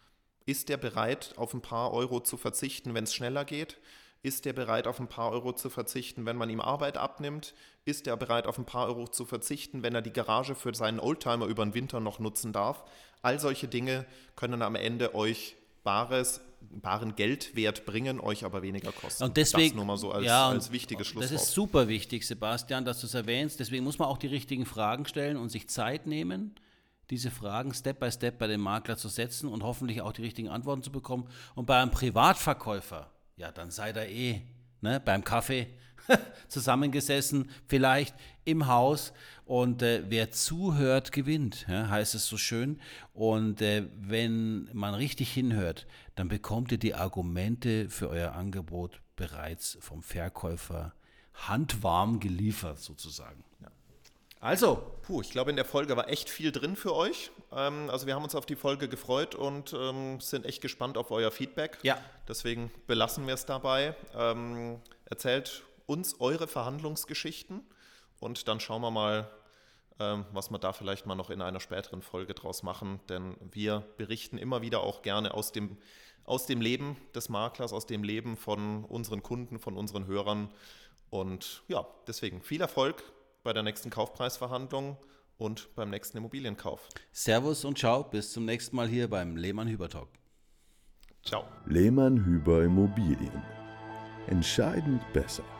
Ist der bereit, auf ein paar Euro zu verzichten, wenn es schneller geht? Ist der bereit, auf ein paar Euro zu verzichten, wenn man ihm Arbeit abnimmt? Ist er bereit, auf ein paar Euro zu verzichten, wenn er die Garage für seinen Oldtimer über den Winter noch nutzen darf? All solche Dinge können am Ende euch bares, baren Geldwert bringen, euch aber weniger kosten. Und deswegen, das nur mal so als, ja, als wichtiges Schlusswort. Das ist super wichtig, Sebastian, dass du es erwähnst. Deswegen muss man auch die richtigen Fragen stellen und sich Zeit nehmen, diese Fragen Step by Step bei dem Makler zu setzen und hoffentlich auch die richtigen Antworten zu bekommen. Und bei einem Privatverkäufer, ja, dann seid ihr eh ne, beim Kaffee zusammengesessen, vielleicht im Haus. Und äh, wer zuhört, gewinnt, ja, heißt es so schön. Und äh, wenn man richtig hinhört, dann bekommt ihr die Argumente für euer Angebot bereits vom Verkäufer handwarm geliefert, sozusagen. Ja. Also, Puh, ich glaube, in der Folge war echt viel drin für euch. Ähm, also wir haben uns auf die Folge gefreut und ähm, sind echt gespannt auf euer Feedback. Ja. Deswegen belassen wir es dabei. Ähm, erzählt uns eure Verhandlungsgeschichten und dann schauen wir mal, ähm, was wir da vielleicht mal noch in einer späteren Folge draus machen. Denn wir berichten immer wieder auch gerne aus dem, aus dem Leben des Maklers, aus dem Leben von unseren Kunden, von unseren Hörern. Und ja, deswegen viel Erfolg bei der nächsten Kaufpreisverhandlung und beim nächsten Immobilienkauf. Servus und ciao, bis zum nächsten Mal hier beim Lehmann-Hüber-Talk. Ciao. Lehmann Hüber Immobilien. Entscheidend besser.